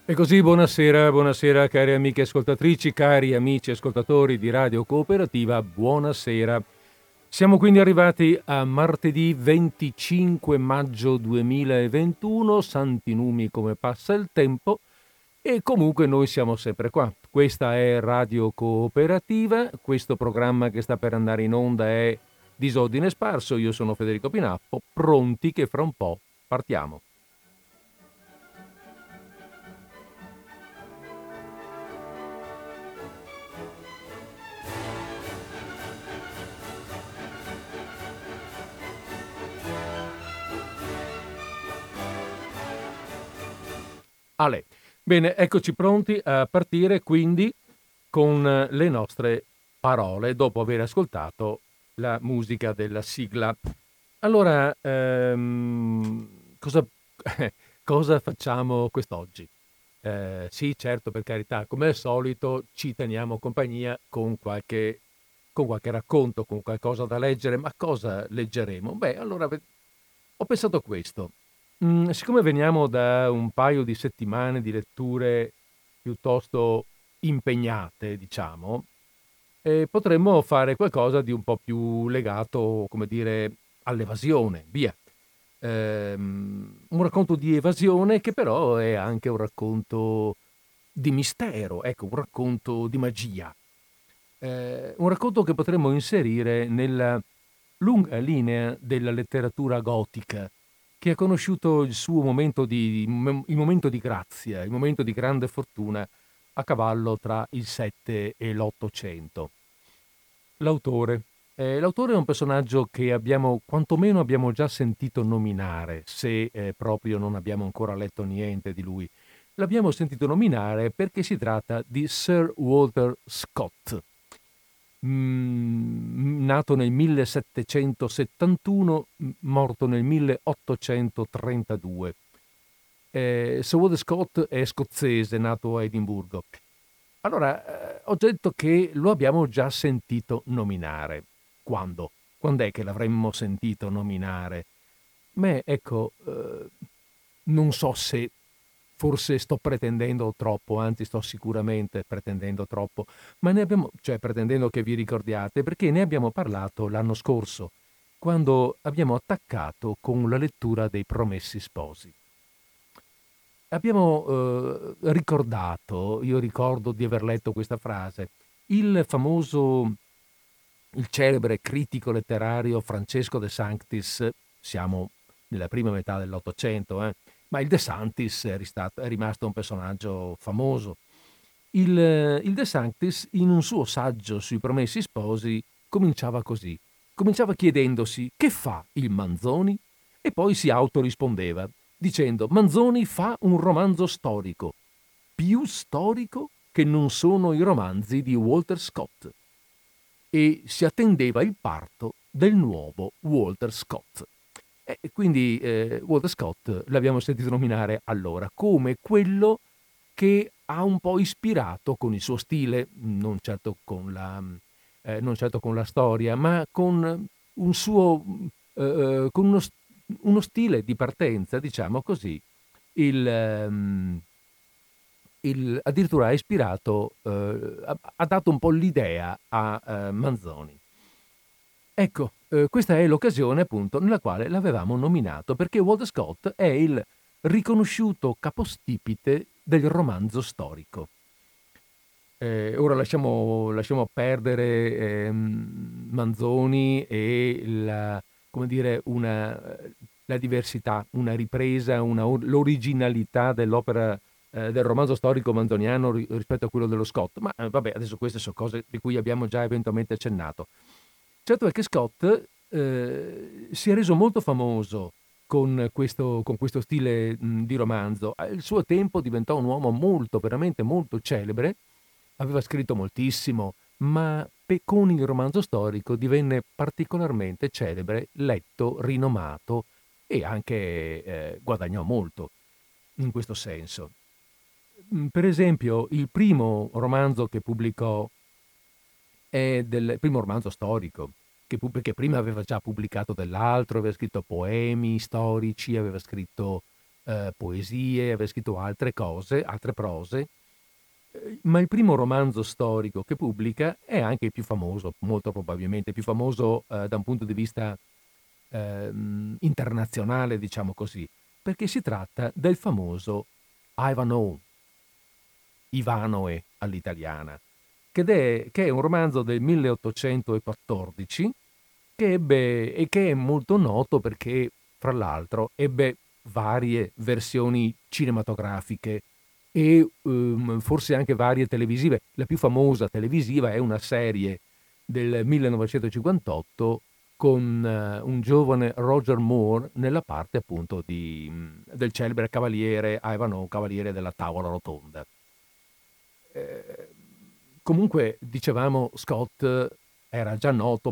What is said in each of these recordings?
E così buonasera, buonasera cari amiche ascoltatrici, cari amici ascoltatori di Radio Cooperativa, buonasera. Siamo quindi arrivati a martedì 25 maggio 2021, santi numi come passa il tempo, e comunque noi siamo sempre qua. Questa è Radio Cooperativa, questo programma che sta per andare in onda è Disordine Sparso, io sono Federico Pinappo, pronti che fra un po' partiamo. Ale. Bene, eccoci pronti a partire quindi con le nostre parole dopo aver ascoltato la musica della sigla. Allora, cosa, cosa facciamo quest'oggi? Sì, certo, per carità, come al solito ci teniamo compagnia con qualche racconto, con qualcosa da leggere, ma cosa leggeremo? Beh, allora ho pensato a questo. Siccome veniamo da un paio di settimane di letture piuttosto impegnate, diciamo, potremmo fare qualcosa di un po' più legato, come dire, all'evasione, via. Un racconto di evasione che però è anche un racconto di mistero, ecco, un racconto di magia. Un racconto che potremmo inserire nella lunga linea della letteratura gotica, che ha conosciuto il momento di grazia, il momento di grande fortuna a cavallo tra il 7 e l'800. L'autore. L'autore è un personaggio che quantomeno abbiamo già sentito nominare, se proprio non abbiamo ancora letto niente di lui. L'abbiamo sentito nominare perché si tratta di Sir Walter Scott, nato nel 1771, morto nel 1832. Sir Walter Scott è scozzese, nato a Edimburgo. Allora, ho detto che lo abbiamo già sentito nominare. Quando? Quando è che l'avremmo sentito nominare? Beh, ecco, non so se forse sto pretendendo troppo, anzi sto sicuramente pretendendo troppo, ma cioè pretendendo che vi ricordiate, perché ne abbiamo parlato l'anno scorso, quando abbiamo attaccato con la lettura dei Promessi Sposi. Abbiamo ricordato, io ricordo di aver letto questa frase, il famoso, il celebre critico letterario Francesco De Sanctis, siamo nella prima metà dell'Ottocento, ma il De Sanctis è rimasto un personaggio famoso. Il De Sanctis, in un suo saggio sui Promessi Sposi, cominciava così. Cominciava chiedendosi che fa il Manzoni e poi si autorispondeva dicendo: Manzoni fa un romanzo storico, più storico che non sono i romanzi di Walter Scott. E si attendeva il parto del nuovo Walter Scott. E quindi Walter Scott l'abbiamo sentito nominare allora come quello che ha un po' ispirato con il suo stile, non certo con la storia, ma con un suo, con uno stile di partenza, diciamo così, addirittura ha ispirato, ha dato un po' l'idea a Manzoni. Ecco, questa è l'occasione appunto nella quale l'avevamo nominato, perché Walter Scott è il riconosciuto capostipite del romanzo storico. Ora lasciamo perdere Manzoni e come dire, la diversità, una ripresa, l'originalità dell'opera, del romanzo storico manzoniano rispetto a quello dello Scott. Ma vabbè, adesso queste sono cose di cui abbiamo già eventualmente accennato. Certo è che Scott si è reso molto famoso con questo stile di romanzo. Al suo tempo diventò un uomo molto, veramente molto celebre, aveva scritto moltissimo, ma con il romanzo storico divenne particolarmente celebre, letto, rinomato e anche guadagnò molto in questo senso. Per esempio, il primo romanzo che pubblicò è del primo romanzo storico, perché prima aveva già pubblicato dell'altro, aveva scritto poemi storici, aveva scritto poesie, aver scritto altre cose, altre prose, ma il primo romanzo storico che pubblica è anche il più famoso, molto probabilmente più famoso da un punto di vista internazionale, diciamo così, perché si tratta del famoso Ivanhoe, Ivanoe all'italiana, che è un romanzo del 1814 che è molto noto perché, fra l'altro, ebbe varie versioni cinematografiche e forse anche varie televisive. La più famosa televisiva è una serie del 1958 con un giovane Roger Moore nella parte appunto del celebre cavaliere Ivanhoe, cavaliere della tavola rotonda. Eh, Comunque, dicevamo, Scott era già noto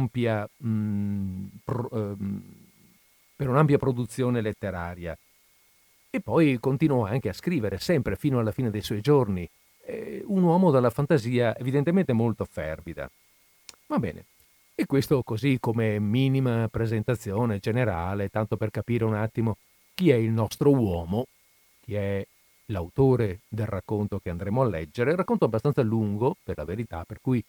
per un'ampia produzione letteraria e poi continuò anche a scrivere, sempre fino alla fine dei suoi giorni. Un uomo dalla fantasia evidentemente molto fervida. Va bene. E questo così come minima presentazione generale, tanto per capire un attimo chi è il nostro uomo, chi è l'autore del racconto che andremo a leggere. Il racconto è abbastanza lungo, per la verità, per cui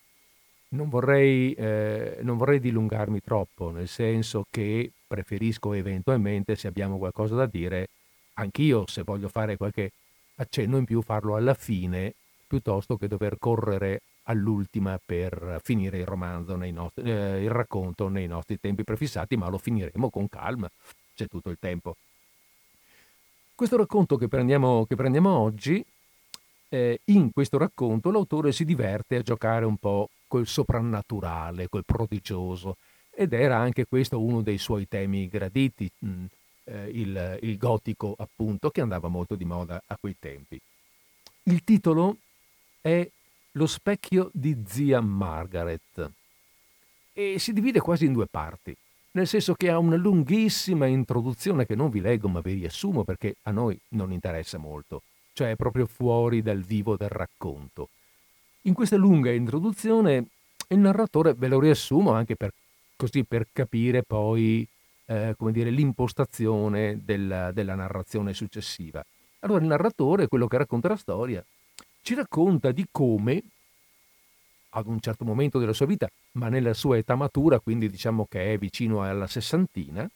non vorrei dilungarmi troppo, nel senso che preferisco eventualmente, se abbiamo qualcosa da dire, anch'io, se voglio fare qualche accenno in più, farlo alla fine, piuttosto che dover correre all'ultima per finire il romanzo il racconto nei nostri tempi prefissati, ma lo finiremo con calma, c'è tutto il tempo. Questo racconto che prendiamo oggi, in questo racconto l'autore si diverte a giocare un po' col soprannaturale, col prodigioso, ed era anche questo uno dei suoi temi graditi, il gotico appunto, che andava molto di moda a quei tempi. Il titolo è Lo specchio di zia Margaret e si divide quasi in due parti, nel senso che ha una lunghissima introduzione che non vi leggo ma vi riassumo perché a noi non interessa molto, cioè è proprio fuori dal vivo del racconto. In questa lunga introduzione il narratore, ve lo riassumo anche così per capire poi come dire, l'impostazione della narrazione successiva. Allora il narratore, quello che racconta la storia, ci racconta di come ad un certo momento della sua vita, ma nella sua età matura, quindi diciamo che è vicino alla sessantina,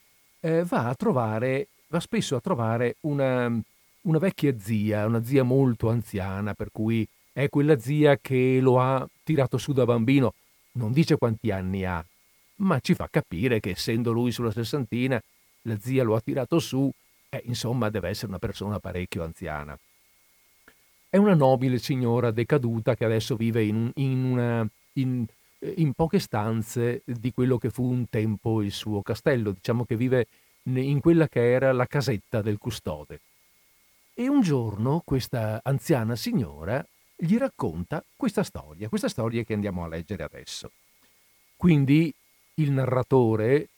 va spesso a trovare una vecchia zia, una zia molto anziana, per cui è quella zia che lo ha tirato su da bambino. Non dice quanti anni ha, ma ci fa capire che essendo lui sulla sessantina, la zia lo ha tirato su, insomma deve essere una persona parecchio anziana. È una nobile signora decaduta che adesso vive in poche stanze di quello che fu un tempo il suo castello. Diciamo che vive in quella che era la casetta del custode. E un giorno questa anziana signora gli racconta questa storia che andiamo a leggere adesso. Quindi il narratore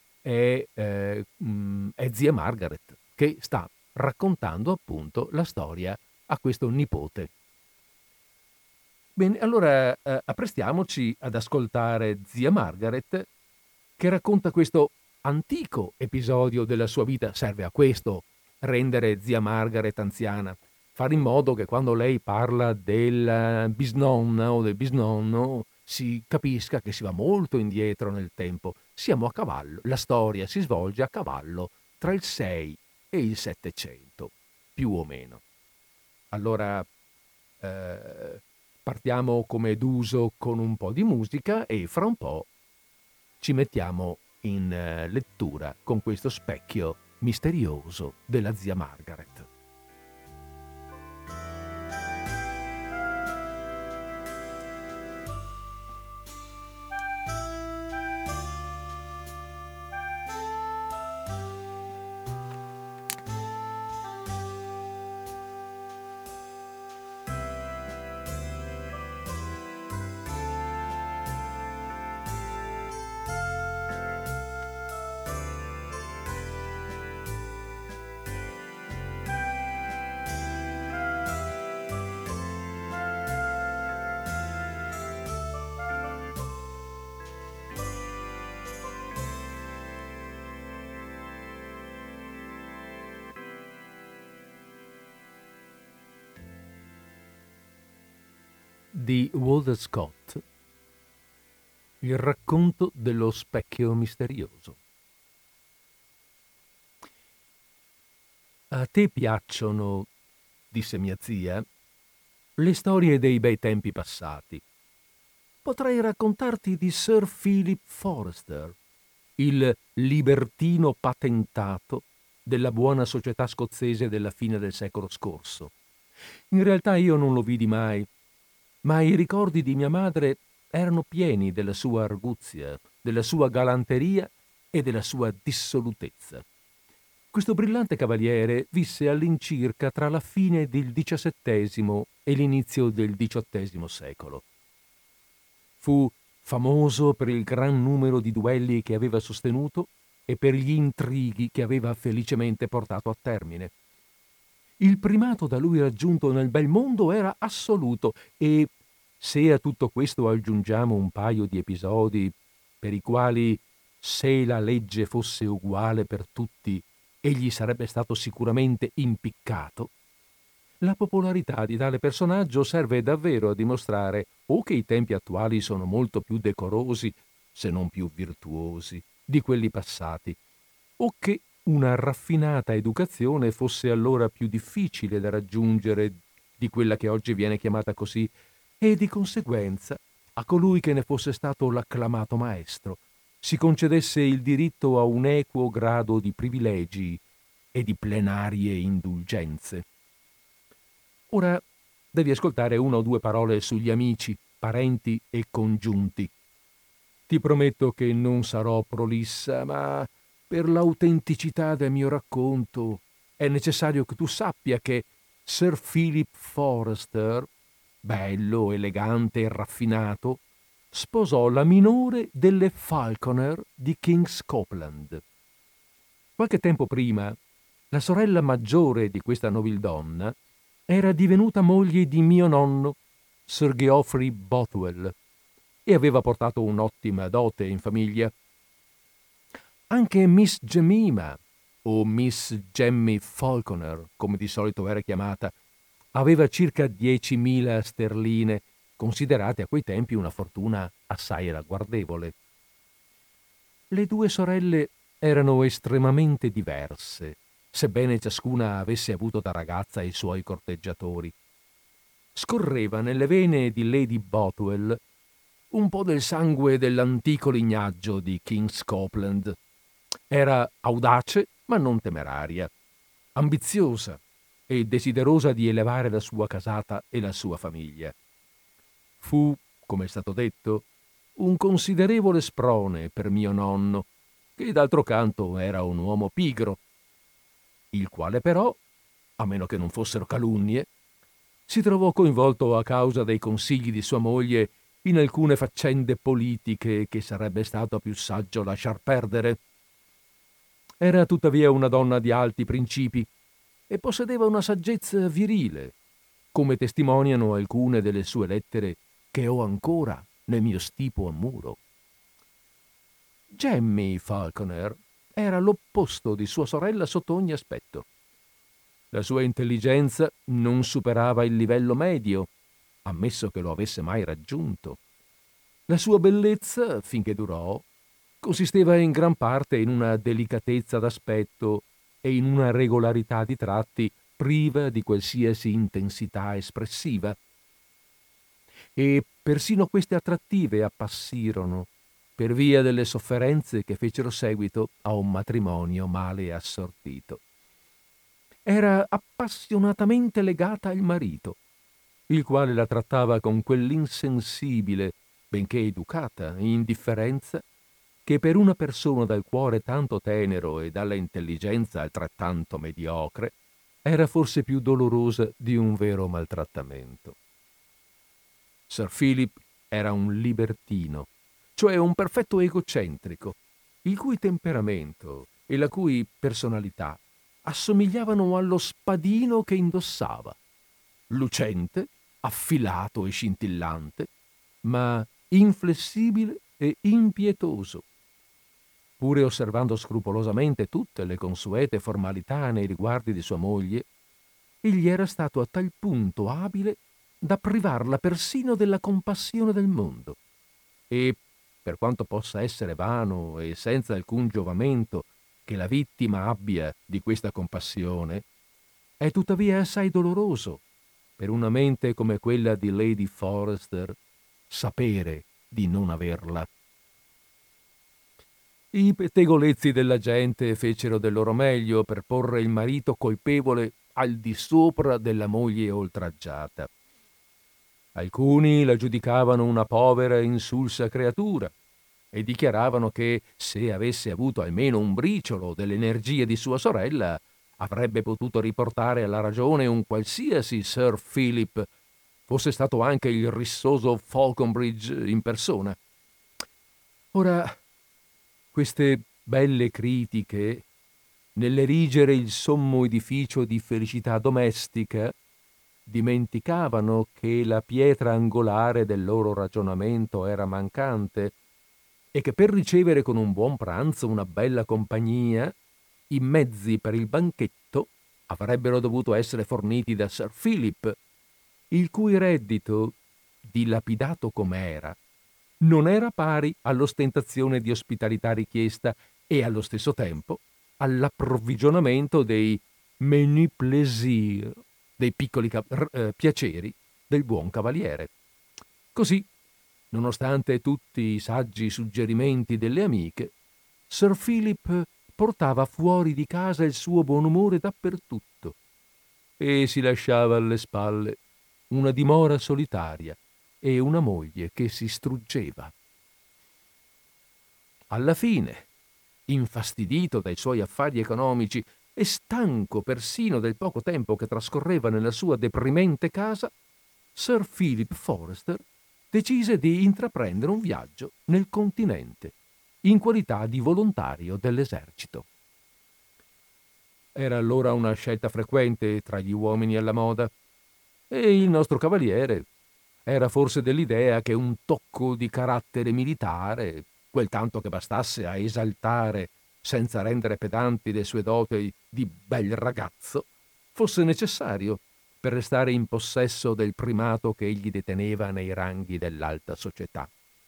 è zia Margaret, che sta raccontando appunto la storia a questo nipote. Bene, allora apprestiamoci ad ascoltare zia Margaret che racconta questo antico episodio della sua vita. Serve a questo rendere zia Margaret anziana, fare in modo che quando lei parla del bisnonna o del bisnonno si capisca che si va molto indietro nel tempo. Siamo a cavallo, la storia si svolge a cavallo tra il 6 e il 700, più o meno. Allora partiamo come d'uso con un po' di musica e fra un po' ci mettiamo in lettura con questo specchio misterioso della zia Margaret. di Walter Scott, il racconto dello specchio misterioso. A te piacciono, disse mia zia, le storie dei bei tempi passati. Potrei raccontarti di Sir Philip Forster, il libertino patentato della buona società scozzese della fine del secolo scorso. In realtà io non lo vidi mai, ma i ricordi di mia madre erano pieni della sua arguzia, della sua galanteria e della sua dissolutezza. Questo brillante cavaliere visse all'incirca tra la fine del XVII e l'inizio del XVIII secolo. Fu famoso per il gran numero di duelli che aveva sostenuto e per gli intrighi che aveva felicemente portato a termine. Il primato da lui raggiunto nel bel mondo era assoluto e, se a tutto questo aggiungiamo un paio di episodi per i quali, se la legge fosse uguale per tutti, egli sarebbe stato sicuramente impiccato, la popolarità di tale personaggio serve davvero a dimostrare o che i tempi attuali sono molto più decorosi, se non più virtuosi, di quelli passati, o che una raffinata educazione fosse allora più difficile da raggiungere di quella che oggi viene chiamata così, e di conseguenza a colui che ne fosse stato l'acclamato maestro si concedesse il diritto a un equo grado di privilegi e di plenarie indulgenze. Ora devi ascoltare una o due parole sugli amici, parenti e congiunti. Ti prometto che non sarò prolissa, ma per l'autenticità del mio racconto è necessario che tu sappia che Sir Philip Forster, bello, elegante e raffinato, sposò la minore delle Falconer di King's Copeland. Qualche tempo prima, la sorella maggiore di questa nobildonna era divenuta moglie di mio nonno, Sir Geoffrey Bothwell, e aveva portato un'ottima dote in famiglia. Anche Miss Jemima, o Miss Jemmy Falconer, come di solito era chiamata, aveva circa 10.000 sterline, considerate a quei tempi una fortuna assai ragguardevole. Le due sorelle erano estremamente diverse, sebbene ciascuna avesse avuto da ragazza i suoi corteggiatori. Scorreva nelle vene di Lady Bothwell un po' del sangue dell'antico lignaggio di King's Copeland. Era audace, ma non temeraria, ambiziosa e desiderosa di elevare la sua casata e la sua famiglia. Fu, come è stato detto, un considerevole sprone per mio nonno, che d'altro canto era un uomo pigro, il quale però, a meno che non fossero calunnie, si trovò coinvolto a causa dei consigli di sua moglie in alcune faccende politiche che sarebbe stato più saggio lasciar perdere. Era tuttavia una donna di alti principi e possedeva una saggezza virile, come testimoniano alcune delle sue lettere che ho ancora nel mio stipo a muro. Jemmy Falconer era l'opposto di sua sorella sotto ogni aspetto. La sua intelligenza non superava il livello medio, ammesso che lo avesse mai raggiunto. La sua bellezza, finché durò, consisteva in gran parte in una delicatezza d'aspetto e in una regolarità di tratti priva di qualsiasi intensità espressiva. E persino queste attrattive appassirono per via delle sofferenze che fecero seguito a un matrimonio male assortito. Era appassionatamente legata al marito, il quale la trattava con quell'insensibile, benché educata, indifferenza che per una persona dal cuore tanto tenero e dalla intelligenza altrettanto mediocre era forse più dolorosa di un vero maltrattamento. Sir Philip era un libertino, cioè un perfetto egocentrico, il cui temperamento e la cui personalità assomigliavano allo spadino che indossava, lucente, affilato e scintillante, ma inflessibile e impietoso. Pure osservando scrupolosamente tutte le consuete formalità nei riguardi di sua moglie, egli era stato a tal punto abile da privarla persino della compassione del mondo. E, per quanto possa essere vano e senza alcun giovamento che la vittima abbia di questa compassione, è tuttavia assai doloroso per una mente come quella di Lady Forrester sapere di non averla. I pettegolezzi della gente fecero del loro meglio per porre il marito colpevole al di sopra della moglie oltraggiata. Alcuni la giudicavano una povera e insulsa creatura e dichiaravano che, se avesse avuto almeno un briciolo delle energie di sua sorella, avrebbe potuto riportare alla ragione un qualsiasi Sir Philip, fosse stato anche il rissoso Falconbridge in persona. Ora, queste belle critiche, nell'erigere il sommo edificio di felicità domestica, dimenticavano che la pietra angolare del loro ragionamento era mancante e che per ricevere con un buon pranzo una bella compagnia, i mezzi per il banchetto avrebbero dovuto essere forniti da Sir Philip, il cui reddito, dilapidato com'era, non era pari all'ostentazione di ospitalità richiesta e allo stesso tempo all'approvvigionamento dei menu plaisir, dei piccoli piaceri del buon cavaliere. Così, nonostante tutti i saggi suggerimenti delle amiche, Sir Philip portava fuori di casa il suo buon umore dappertutto e si lasciava alle spalle una dimora solitaria e una moglie che si struggeva. Alla fine, infastidito dai suoi affari economici e stanco persino del poco tempo che trascorreva nella sua deprimente casa, Sir Philip Forrester decise di intraprendere un viaggio nel continente, in qualità di volontario dell'esercito. Era allora una scelta frequente tra gli uomini alla moda, e il nostro cavaliere era forse dell'idea che un tocco di carattere militare, quel tanto che bastasse a esaltare senza rendere pedanti le sue doti di bel ragazzo, fosse necessario per restare in possesso del primato che egli deteneva nei ranghi dell'alta società.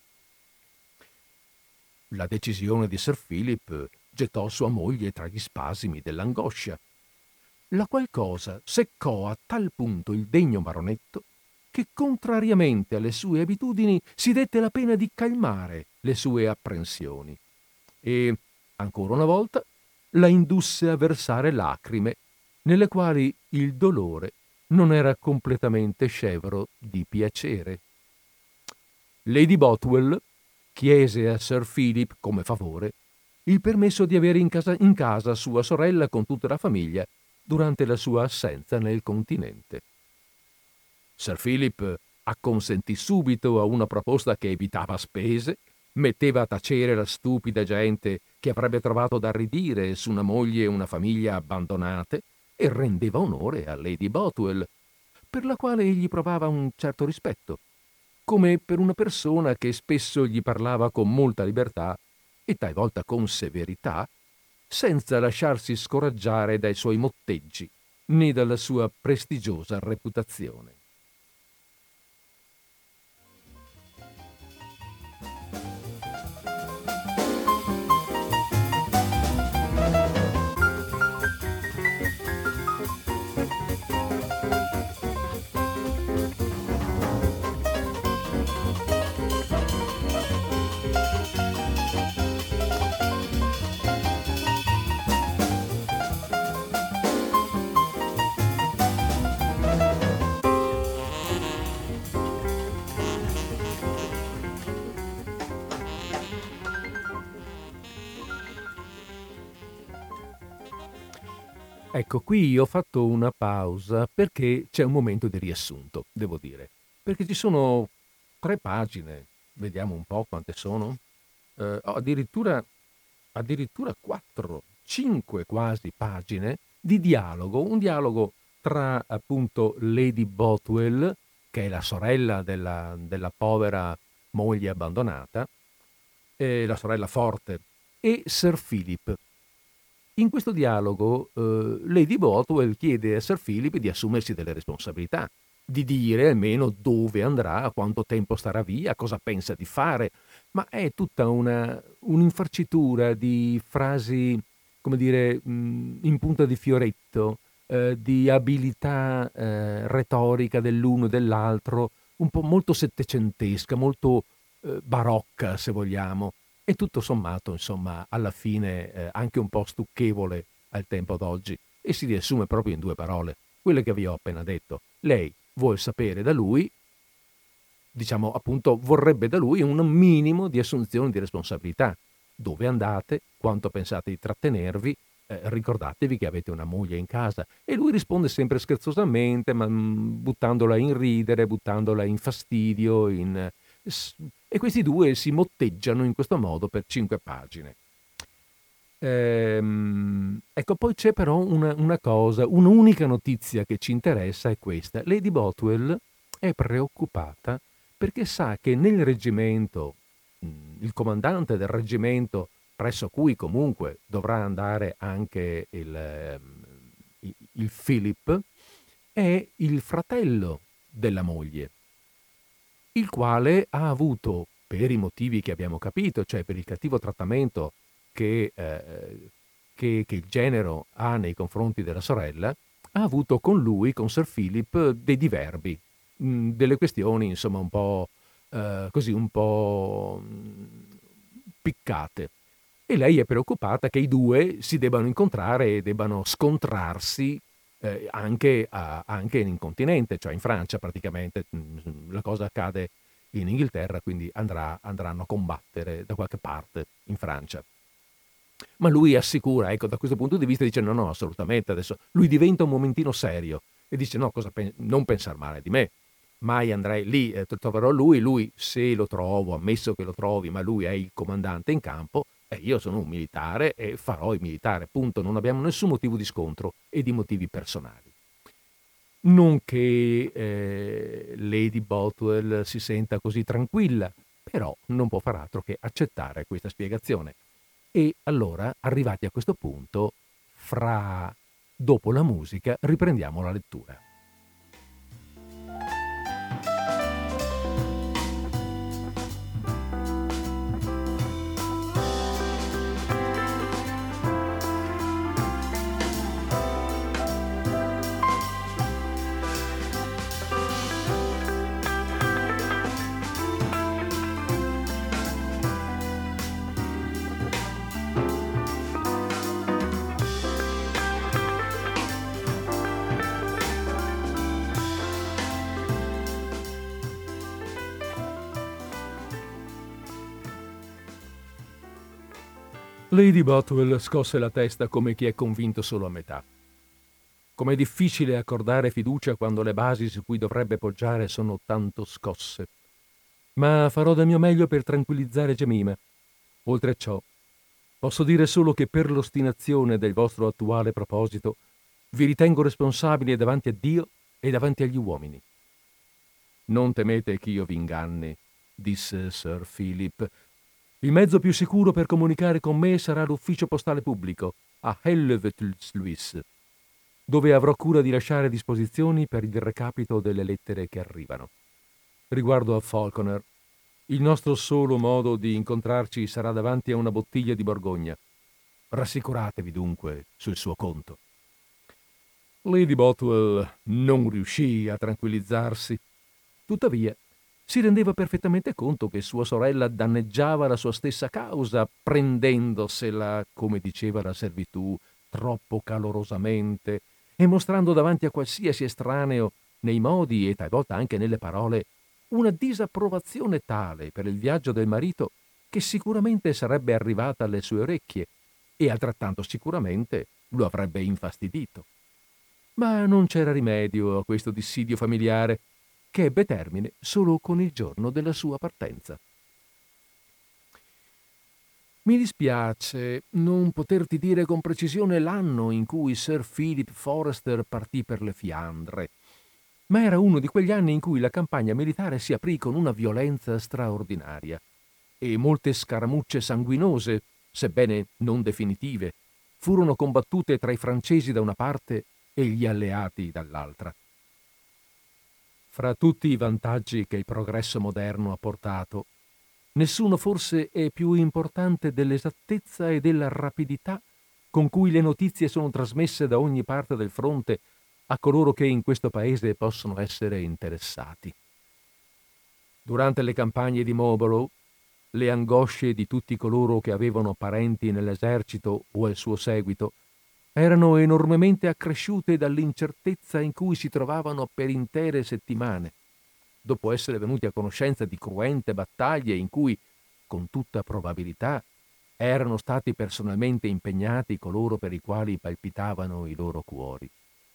La decisione di Sir Philip gettò sua moglie tra gli spasimi dell'angoscia, la qual cosa seccò a tal punto il degno baronetto che, contrariamente alle sue abitudini, si dette la pena di calmare le sue apprensioni e, ancora una volta, la indusse a versare lacrime nelle quali il dolore non era completamente scevro di piacere. Lady Bothwell chiese a Sir Philip, come favore, il permesso di avere in casa sua sorella con tutta la famiglia durante la sua assenza nel continente. Sir Philip acconsentì subito a una proposta che evitava spese, metteva a tacere la stupida gente che avrebbe trovato da ridire su una moglie e una famiglia abbandonate e rendeva onore a Lady Bothwell, per la quale egli provava un certo rispetto, come per una persona che spesso gli parlava con molta libertà e talvolta con severità, senza lasciarsi scoraggiare dai suoi motteggi né dalla sua prestigiosa reputazione. Ecco, qui ho fatto una pausa perché c'è un momento di riassunto, devo dire, perché ci sono 3 pagine, vediamo un po' quante sono, addirittura 4, 5 quasi pagine di dialogo, un dialogo tra appunto Lady Bothwell, che è la sorella della povera moglie abbandonata, la sorella forte, e Sir Philip. In questo dialogo Lady Bothwell chiede a Sir Philip di assumersi delle responsabilità di dire almeno dove andrà, quanto tempo starà via, cosa pensa di fare, ma è tutta un'infarcitura di frasi, come dire, in punta di fioretto, di abilità retorica dell'uno e dell'altro, un po' molto settecentesca, molto barocca, se vogliamo, e tutto sommato, insomma, alla fine anche un po' stucchevole al tempo d'oggi, e si riassume proprio in due parole, quelle che vi ho appena detto. Lei vuol sapere da lui, diciamo appunto, vorrebbe da lui un minimo di assunzione di responsabilità. Dove andate? Quanto pensate di trattenervi? Ricordatevi che avete una moglie in casa. E lui risponde sempre scherzosamente, ma buttandola in ridere, buttandola in fastidio, e questi due si motteggiano in questo modo per 5 pagine. Ecco, poi c'è però una cosa, un'unica notizia che ci interessa è questa. Lady Bothwell è preoccupata perché sa che nel reggimento, il comandante del reggimento presso cui comunque dovrà andare anche il Philip, è il fratello della moglie, il quale ha avuto, per i motivi che abbiamo capito, cioè per il cattivo trattamento che il genero ha nei confronti della sorella, ha avuto con lui, con Sir Philip, dei diverbi, delle questioni, insomma, un po' così, un po' piccate. E lei è preoccupata che i due si debbano incontrare e debbano scontrarsi anche in continente, cioè in Francia praticamente. La cosa accade in Inghilterra, quindi andranno a combattere da qualche parte in Francia. Ma lui assicura, ecco, da questo punto di vista dice no, no, assolutamente, adesso lui diventa un momentino serio e dice no, non pensare male di me, mai andrei lì, troverò lui se lo trovo, ammesso che lo trovi, ma lui è il comandante in campo, e io sono un militare e farò il militare, punto, non abbiamo nessun motivo di scontro e di motivi personali. Non che Lady Bothwell si senta così tranquilla, però non può far altro che accettare questa spiegazione. E allora, arrivati a questo punto, dopo la musica, riprendiamo la lettura. Lady Bothwell scosse la testa come chi è convinto solo a metà. Com'è difficile accordare fiducia quando le basi su cui dovrebbe poggiare sono tanto scosse. Ma farò del mio meglio per tranquillizzare Jemima. Oltre a ciò, posso dire solo che per l'ostinazione del vostro attuale proposito vi ritengo responsabile davanti a Dio e davanti agli uomini. Non temete che io vi inganni, disse Sir Philip. Il mezzo più sicuro per comunicare con me sarà l'ufficio postale pubblico a Hellevoetsluis, dove avrò cura di lasciare disposizioni per il recapito delle lettere che arrivano. Riguardo a Falconer, il nostro solo modo di incontrarci sarà davanti a una bottiglia di Borgogna. Rassicuratevi dunque sul suo conto. Lady Bothwell non riuscì a tranquillizzarsi. Tuttavia, si rendeva perfettamente conto che sua sorella danneggiava la sua stessa causa, prendendosela, come diceva la servitù, troppo calorosamente e mostrando davanti a qualsiasi estraneo, nei modi e talvolta anche nelle parole, una disapprovazione tale per il viaggio del marito che sicuramente sarebbe arrivata alle sue orecchie e altrettanto sicuramente lo avrebbe infastidito. Ma non c'era rimedio a questo dissidio familiare, che ebbe termine solo con il giorno della sua partenza. Mi dispiace non poterti dire con precisione l'anno in cui Sir Philip Forrester partì per le Fiandre, ma era uno di quegli anni in cui la campagna militare si aprì con una violenza straordinaria e molte scaramucce sanguinose, sebbene non definitive, furono combattute tra i francesi da una parte e gli alleati dall'altra. Fra tutti i vantaggi che il progresso moderno ha portato, nessuno forse è più importante dell'esattezza e della rapidità con cui le notizie sono trasmesse da ogni parte del fronte a coloro che in questo paese possono essere interessati. Durante le campagne di Marlborough, le angosce di tutti coloro che avevano parenti nell'esercito o al suo seguito erano enormemente accresciute dall'incertezza in cui si trovavano per intere settimane, dopo essere venuti a conoscenza di cruente battaglie in cui, con tutta probabilità, erano stati personalmente impegnati coloro per i quali palpitavano i loro cuori.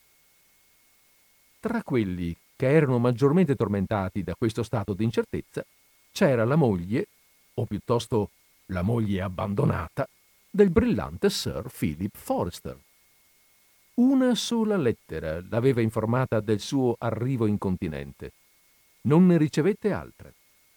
Tra quelli che erano maggiormente tormentati da questo stato di incertezza c'era la moglie, o piuttosto la moglie abbandonata, del brillante Sir Philip Forster. Una sola lettera l'aveva informata del suo arrivo in continente. Non ne ricevette altre.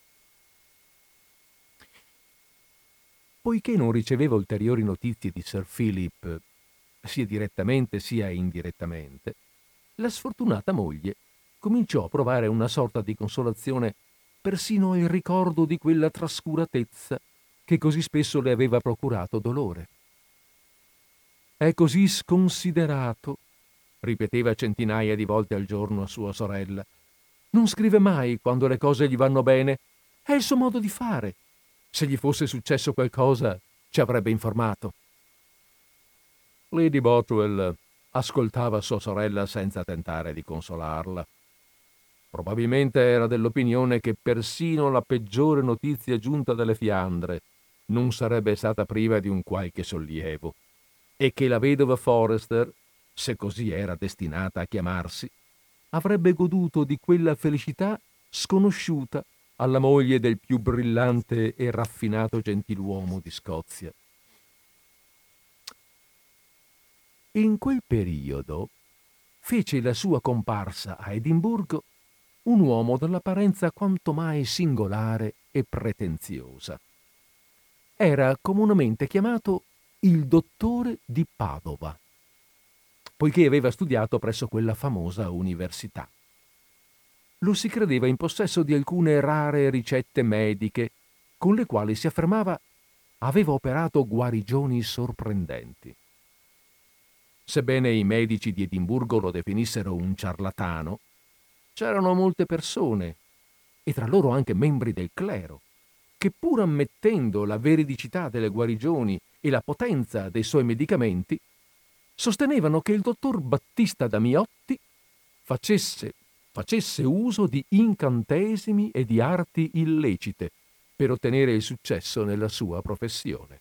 Poiché non riceveva ulteriori notizie di Sir Philip, sia direttamente sia indirettamente, la sfortunata moglie cominciò a provare una sorta di consolazione persino il ricordo di quella trascuratezza che così spesso le aveva procurato dolore. È così sconsiderato, ripeteva centinaia di volte al giorno a sua sorella. Non scrive mai quando le cose gli vanno bene. È il suo modo di fare. Se gli fosse successo qualcosa, ci avrebbe informato. Lady Bothwell ascoltava sua sorella senza tentare di consolarla. Probabilmente era dell'opinione che persino la peggiore notizia giunta dalle Fiandre non sarebbe stata priva di un qualche sollievo, e che la vedova Forester, se così era destinata a chiamarsi, avrebbe goduto di quella felicità sconosciuta alla moglie del più brillante e raffinato gentiluomo di Scozia. In quel periodo fece la sua comparsa a Edimburgo un uomo dall'apparenza quanto mai singolare e pretenziosa. Era comunemente chiamato il dottore di Padova, poiché aveva studiato presso quella famosa università. Lo si credeva in possesso di alcune rare ricette mediche, con le quali si affermava aveva operato guarigioni sorprendenti. Sebbene i medici di Edimburgo lo definissero un ciarlatano, c'erano molte persone, e tra loro anche membri del clero, che pur ammettendo la veridicità delle guarigioni e la potenza dei suoi medicamenti, sostenevano che il dottor Battista da Miotti facesse uso di incantesimi e di arti illecite per ottenere il successo nella sua professione.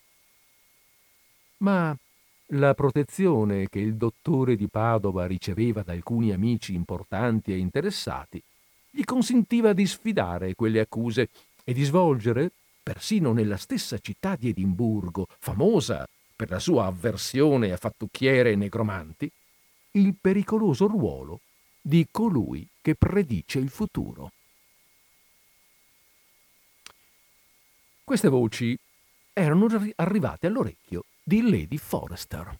Ma la protezione che il dottore di Padova riceveva da alcuni amici importanti e interessati gli consentiva di sfidare quelle accuse e di svolgere, persino nella stessa città di Edimburgo, famosa per la sua avversione a fattucchiere e negromanti, il pericoloso ruolo di colui che predice il futuro. Queste voci erano arrivate all'orecchio di Lady Forester.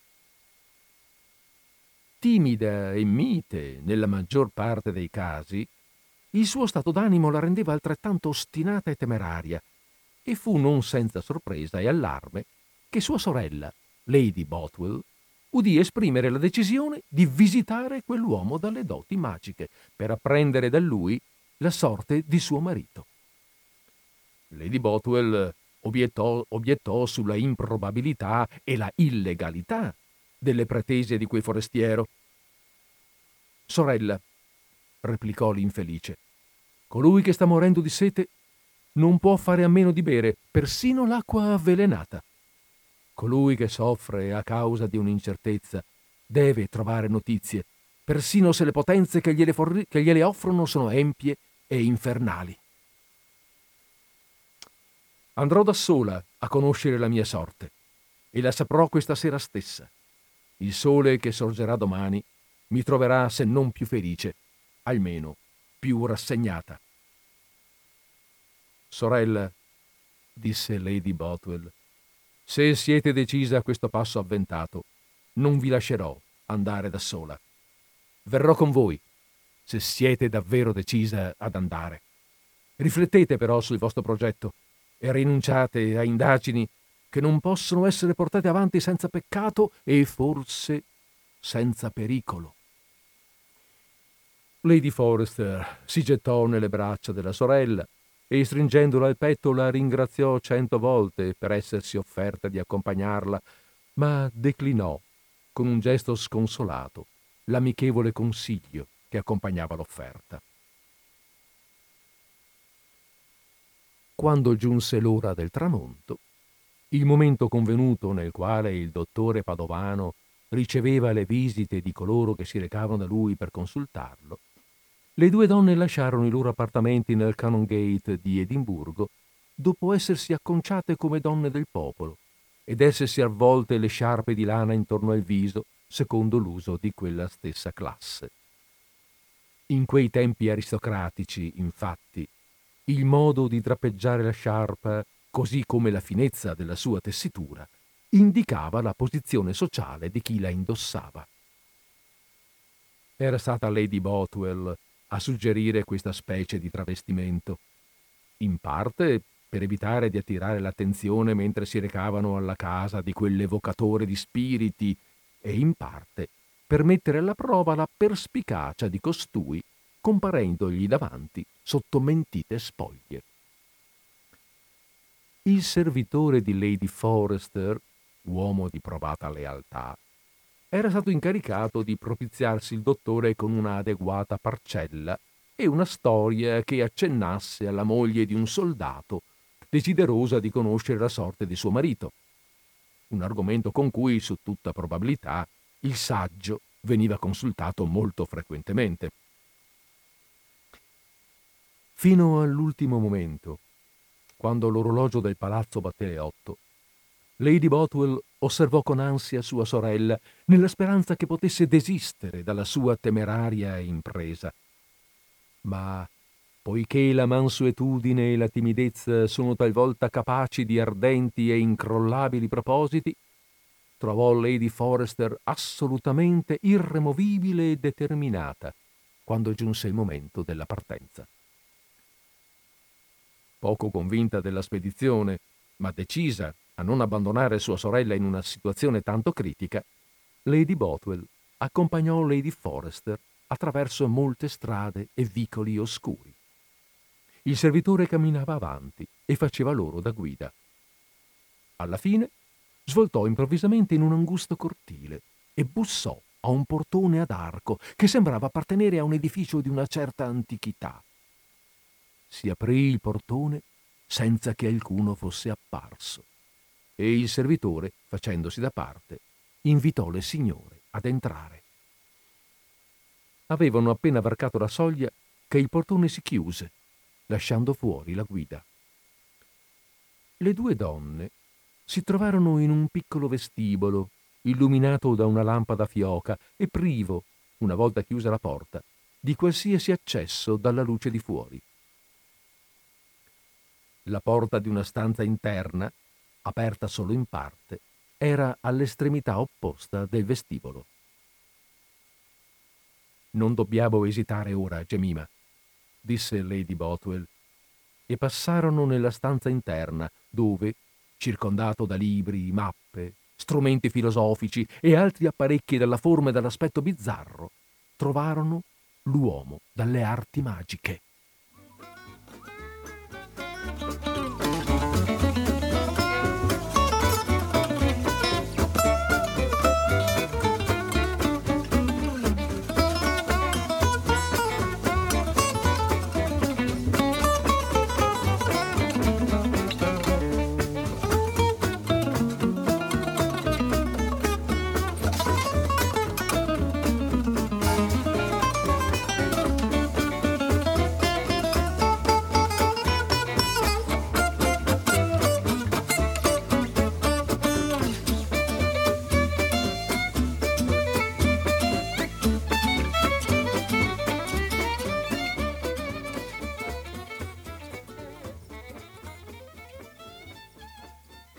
Timida e mite nella maggior parte dei casi, il suo stato d'animo la rendeva altrettanto ostinata e temeraria, e fu non senza sorpresa e allarme che sua sorella, Lady Bothwell, udì esprimere la decisione di visitare quell'uomo dalle doti magiche per apprendere da lui la sorte di suo marito. Lady Bothwell obiettò sulla improbabilità e la illegalità delle pretese di quel forestiero. Sorella, replicò l'infelice, colui che sta morendo di sete non può fare a meno di bere persino l'acqua avvelenata. Colui che soffre a causa di un'incertezza deve trovare notizie, persino se le potenze che gliele offrono sono empie e infernali. Andrò da sola a conoscere la mia sorte e la saprò questa sera stessa. Il sole che sorgerà domani mi troverà, se non più felice, almeno più rassegnata. Sorella, disse Lady Bothwell, se siete decisa a questo passo avventato, non vi lascerò andare da sola. Verrò con voi se siete davvero decisa ad andare. Riflettete però sul vostro progetto e rinunciate a indagini che non possono essere portate avanti senza peccato e forse senza pericolo. Lady Forrester si gettò nelle braccia della sorella e, stringendola al petto, la ringraziò 100 volte per essersi offerta di accompagnarla, ma declinò con un gesto sconsolato l'amichevole consiglio che accompagnava l'offerta. Quando giunse l'ora del tramonto, il momento convenuto nel quale il dottore Padovano riceveva le visite di coloro che si recavano da lui per consultarlo, le due donne lasciarono i loro appartamenti nel Canongate di Edimburgo dopo essersi acconciate come donne del popolo ed essersi avvolte le sciarpe di lana intorno al viso secondo l'uso di quella stessa classe. In quei tempi aristocratici, infatti, il modo di drappeggiare la sciarpa, così come la finezza della sua tessitura, indicava la posizione sociale di chi la indossava. Era stata Lady Bothwell a suggerire questa specie di travestimento, in parte per evitare di attirare l'attenzione mentre si recavano alla casa di quell'evocatore di spiriti e in parte per mettere alla prova la perspicacia di costui comparendogli davanti sotto mentite spoglie. Il servitore di Lady Forrester, uomo di provata lealtà, era stato incaricato di propiziarsi il dottore con una adeguata parcella e una storia che accennasse alla moglie di un soldato desiderosa di conoscere la sorte di suo marito, un argomento con cui, su tutta probabilità, il saggio veniva consultato molto frequentemente. Fino all'ultimo momento, quando l'orologio del palazzo batté le 8, Lady Bothwell osservò con ansia sua sorella nella speranza che potesse desistere dalla sua temeraria impresa. Ma poiché la mansuetudine e la timidezza sono talvolta capaci di ardenti e incrollabili propositi, trovò Lady Forrester assolutamente irremovibile e determinata quando giunse il momento della partenza. Poco convinta della spedizione, ma decisa a non abbandonare sua sorella in una situazione tanto critica, Lady Bothwell accompagnò Lady Forrester attraverso molte strade e vicoli oscuri. Il servitore camminava avanti e faceva loro da guida. Alla fine svoltò improvvisamente in un angusto cortile e bussò a un portone ad arco che sembrava appartenere a un edificio di una certa antichità. Si aprì il portone senza che alcuno fosse apparso e il servitore, facendosi da parte, invitò le signore ad entrare. Avevano appena varcato la soglia che il portone si chiuse, lasciando fuori la guida. Le due donne si trovarono in un piccolo vestibolo, illuminato da una lampada a fioca e privo, una volta chiusa la porta, di qualsiasi accesso dalla luce di fuori. La porta di una stanza interna, aperta solo in parte, era all'estremità opposta del vestibolo. «Non dobbiamo esitare ora, Jemima», disse Lady Bothwell, e passarono nella stanza interna, dove, circondato da libri, mappe, strumenti filosofici e altri apparecchi dalla forma e dall'aspetto bizzarro, trovarono l'uomo dalle arti magiche.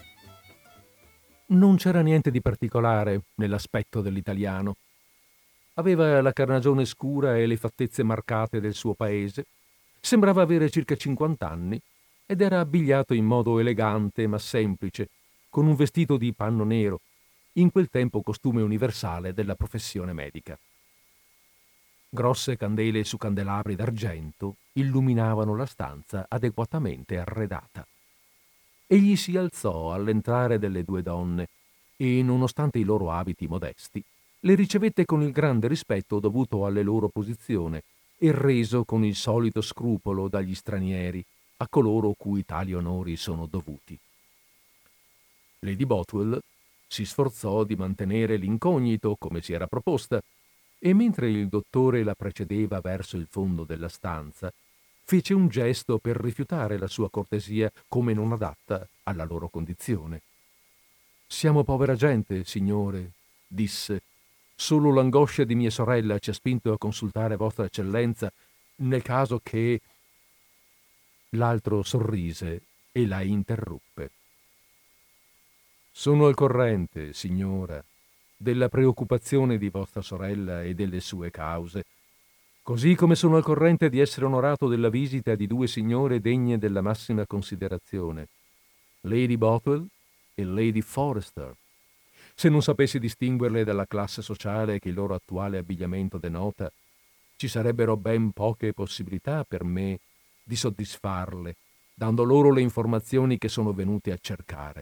Non c'era niente di particolare nell'aspetto dell'italiano. Aveva la carnagione scura e le fattezze marcate del suo paese, sembrava avere circa 50 anni ed era abbigliato in modo elegante ma semplice, con un vestito di panno nero, in quel tempo costume universale della professione medica. Grosse candele su candelabri d'argento illuminavano la stanza adeguatamente arredata. Egli si alzò all'entrare delle due donne e, nonostante i loro abiti modesti, le ricevette con il grande rispetto dovuto alle loro posizione e reso con il solito scrupolo dagli stranieri a coloro cui tali onori sono dovuti. Lady Bothwell si sforzò di mantenere l'incognito come si era proposta e mentre il dottore la precedeva verso il fondo della stanza, fece un gesto per rifiutare la sua cortesia come non adatta alla loro condizione. «Siamo povera gente, signore», disse. «Solo l'angoscia di mia sorella ci ha spinto a consultare vostra eccellenza nel caso che...» L'altro sorrise e la interruppe. «Sono al corrente, signora, della preoccupazione di vostra sorella e delle sue cause, così come sono al corrente di essere onorato della visita di due signore degne della massima considerazione, Lady Bothwell e Lady Forrester. Se non sapessi distinguerle dalla classe sociale che il loro attuale abbigliamento denota, ci sarebbero ben poche possibilità per me di soddisfarle, dando loro le informazioni che sono venute a cercare».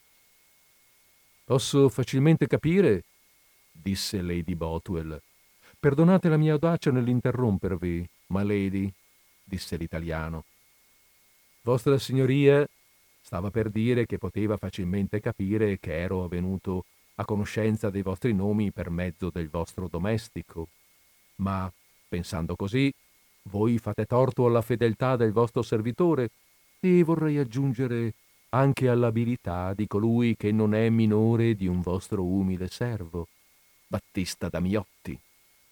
«Posso facilmente capire», disse Lady Bothwell. «Perdonate la mia audacia nell'interrompervi, my lady», disse l'italiano. «Vostra signoria stava per dire che poteva facilmente capire che ero venuto a conoscenza dei vostri nomi per mezzo del vostro domestico, ma, pensando così, voi fate torto alla fedeltà del vostro servitore e vorrei aggiungere anche all'abilità di colui che non è minore di un vostro umile servo, Battista da Miotti».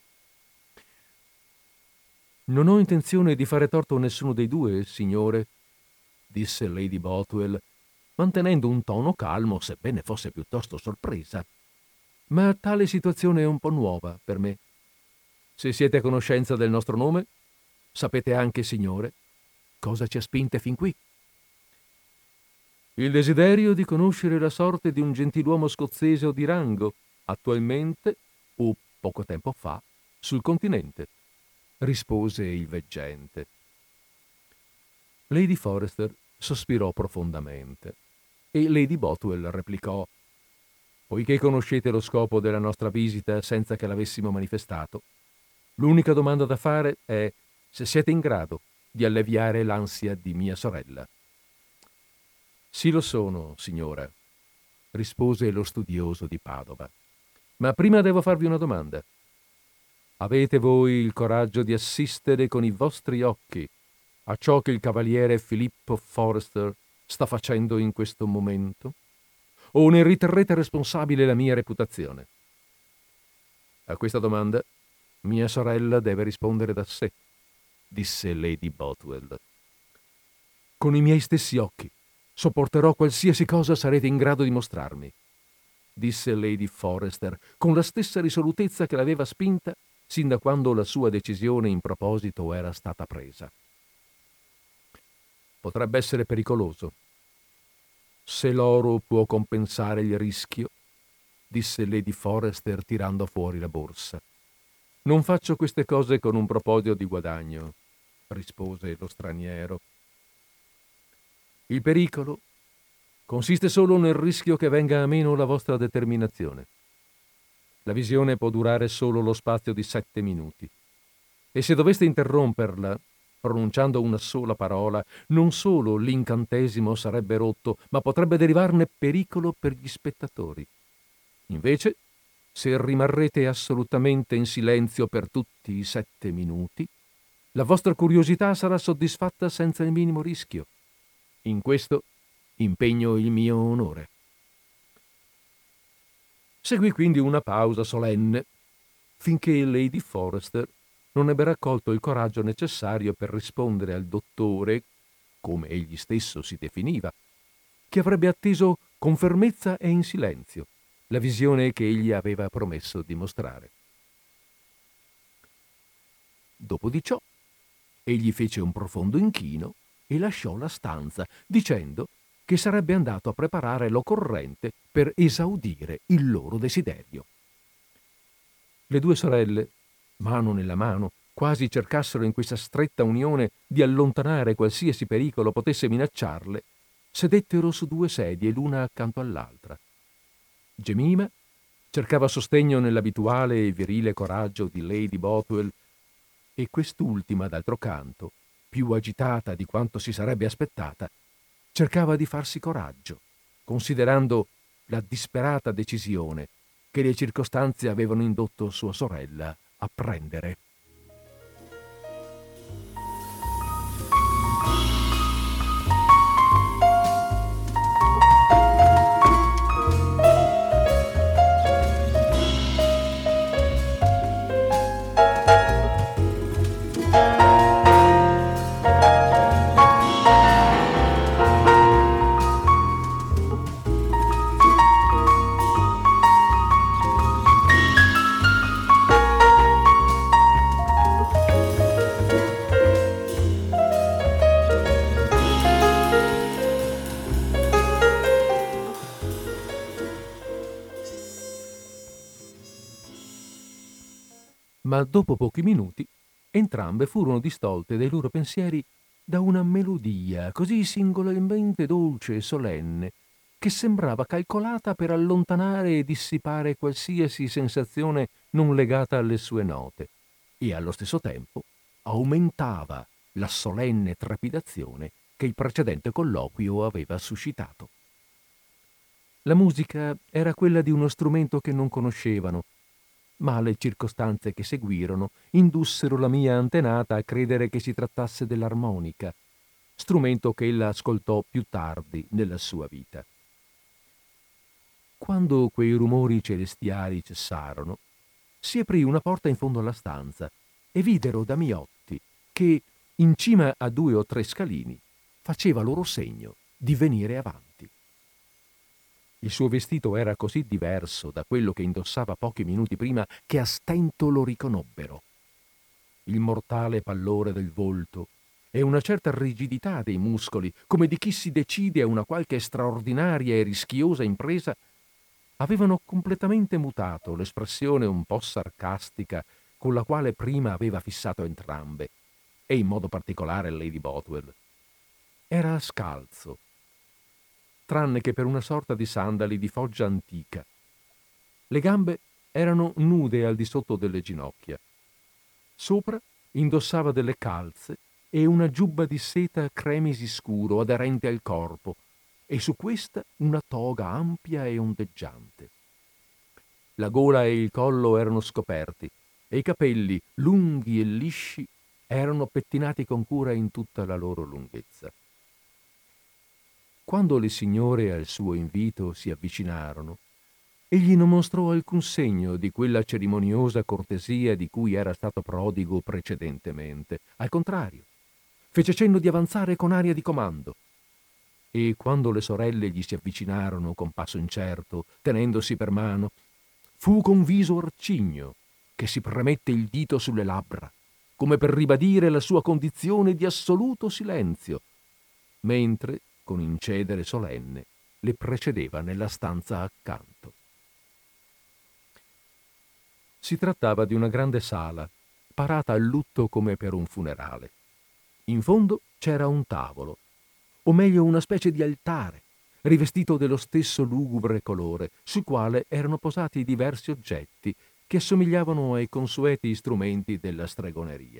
«Non ho intenzione di fare torto a nessuno dei due, signore», disse Lady Bothwell, mantenendo un tono calmo, sebbene fosse piuttosto sorpresa. «Ma tale situazione è un po' nuova per me. Se siete a conoscenza del nostro nome, sapete anche, signore, cosa ci ha spinte fin qui». «Il desiderio di conoscere la sorte di un gentiluomo scozzese o di rango, attualmente, o poco tempo fa, sul continente», rispose il veggente. Lady Forrester sospirò profondamente e Lady Bothwell replicò: «Poiché conoscete lo scopo della nostra visita senza che l'avessimo manifestato, l'unica domanda da fare è se siete in grado di alleviare l'ansia di mia sorella». «Sì lo sono, signora», rispose lo studioso di Padova. «Ma prima devo farvi una domanda. Avete voi il coraggio di assistere con i vostri occhi a ciò che il cavaliere Filippo Forrester sta facendo in questo momento? O ne riterrete responsabile la mia reputazione?» «A questa domanda mia sorella deve rispondere da sé», disse Lady Bothwell. «Con i miei stessi occhi sopporterò qualsiasi cosa sarete in grado di mostrarmi», disse Lady Forrester con la stessa risolutezza che l'aveva spinta sin da quando la sua decisione in proposito era stata presa. «Potrebbe essere pericoloso. Se l'oro può compensare il rischio», disse Lady Forrester tirando fuori la borsa. «Non faccio queste cose con un proposito di guadagno», rispose lo straniero. «Il pericolo consiste solo nel rischio che venga a meno la vostra determinazione. La visione può durare solo lo spazio di 7 minuti e se doveste interromperla, pronunciando una sola parola, non solo l'incantesimo sarebbe rotto, ma potrebbe derivarne pericolo per gli spettatori. Invece, se rimarrete assolutamente in silenzio per tutti i 7 minuti, la vostra curiosità sarà soddisfatta senza il minimo rischio. In questo impegno il mio onore». Seguì quindi una pausa solenne, finché Lady Forrester non ebbe raccolto il coraggio necessario per rispondere al dottore, come egli stesso si definiva, che avrebbe atteso con fermezza e in silenzio la visione che egli aveva promesso di mostrare. Dopo di ciò, egli fece un profondo inchino e lasciò la stanza, dicendo che sarebbe andato a preparare l'occorrente per esaudire il loro desiderio. Le due sorelle, mano nella mano, quasi cercassero in questa stretta unione di allontanare qualsiasi pericolo potesse minacciarle, sedettero su due sedie l'una accanto all'altra. Jemima cercava sostegno nell'abituale e virile coraggio di Lady Bothwell, e quest'ultima, d'altro canto, più agitata di quanto si sarebbe aspettata, cercava di farsi coraggio, considerando la disperata decisione che le circostanze avevano indotto sua sorella a prendere. Ma dopo pochi minuti entrambe furono distolte dai loro pensieri da una melodia così singolarmente dolce e solenne che sembrava calcolata per allontanare e dissipare qualsiasi sensazione non legata alle sue note, e allo stesso tempo aumentava la solenne trepidazione che il precedente colloquio aveva suscitato. La musica era quella di uno strumento che non conoscevano, ma le circostanze che seguirono indussero la mia antenata a credere che si trattasse dell'armonica, strumento che ella ascoltò più tardi nella sua vita. Quando quei rumori celestiali cessarono, si aprì una porta in fondo alla stanza e videro Damiotti che, in cima a 2 o 3 scalini, faceva loro segno di venire avanti. Il suo vestito era così diverso da quello che indossava pochi minuti prima che a stento lo riconobbero. Il mortale pallore del volto e una certa rigidità dei muscoli, come di chi si decide a una qualche straordinaria e rischiosa impresa, avevano completamente mutato l'espressione un po' sarcastica con la quale prima aveva fissato entrambe, e in modo particolare Lady Bothwell. Era scalzo, tranne che per una sorta di sandali di foggia antica. Le gambe erano nude al di sotto delle ginocchia. Sopra indossava delle calze e una giubba di seta cremisi scuro aderente al corpo, e su questa una toga ampia e ondeggiante. La gola e il collo erano scoperti e i capelli, lunghi e lisci, erano pettinati con cura in tutta la loro lunghezza. Quando le signore al suo invito si avvicinarono, egli non mostrò alcun segno di quella cerimoniosa cortesia di cui era stato prodigo precedentemente. Al contrario, fece cenno di avanzare con aria di comando. E quando le sorelle gli si avvicinarono con passo incerto, tenendosi per mano, fu con viso arcigno che si premette il dito sulle labbra, come per ribadire la sua condizione di assoluto silenzio, mentre, con incedere solenne, le precedeva nella stanza accanto. Si trattava di una grande sala, parata a lutto come per un funerale. In fondo c'era un tavolo, o meglio una specie di altare, rivestito dello stesso lugubre colore, sul quale erano posati diversi oggetti che assomigliavano ai consueti strumenti della stregoneria.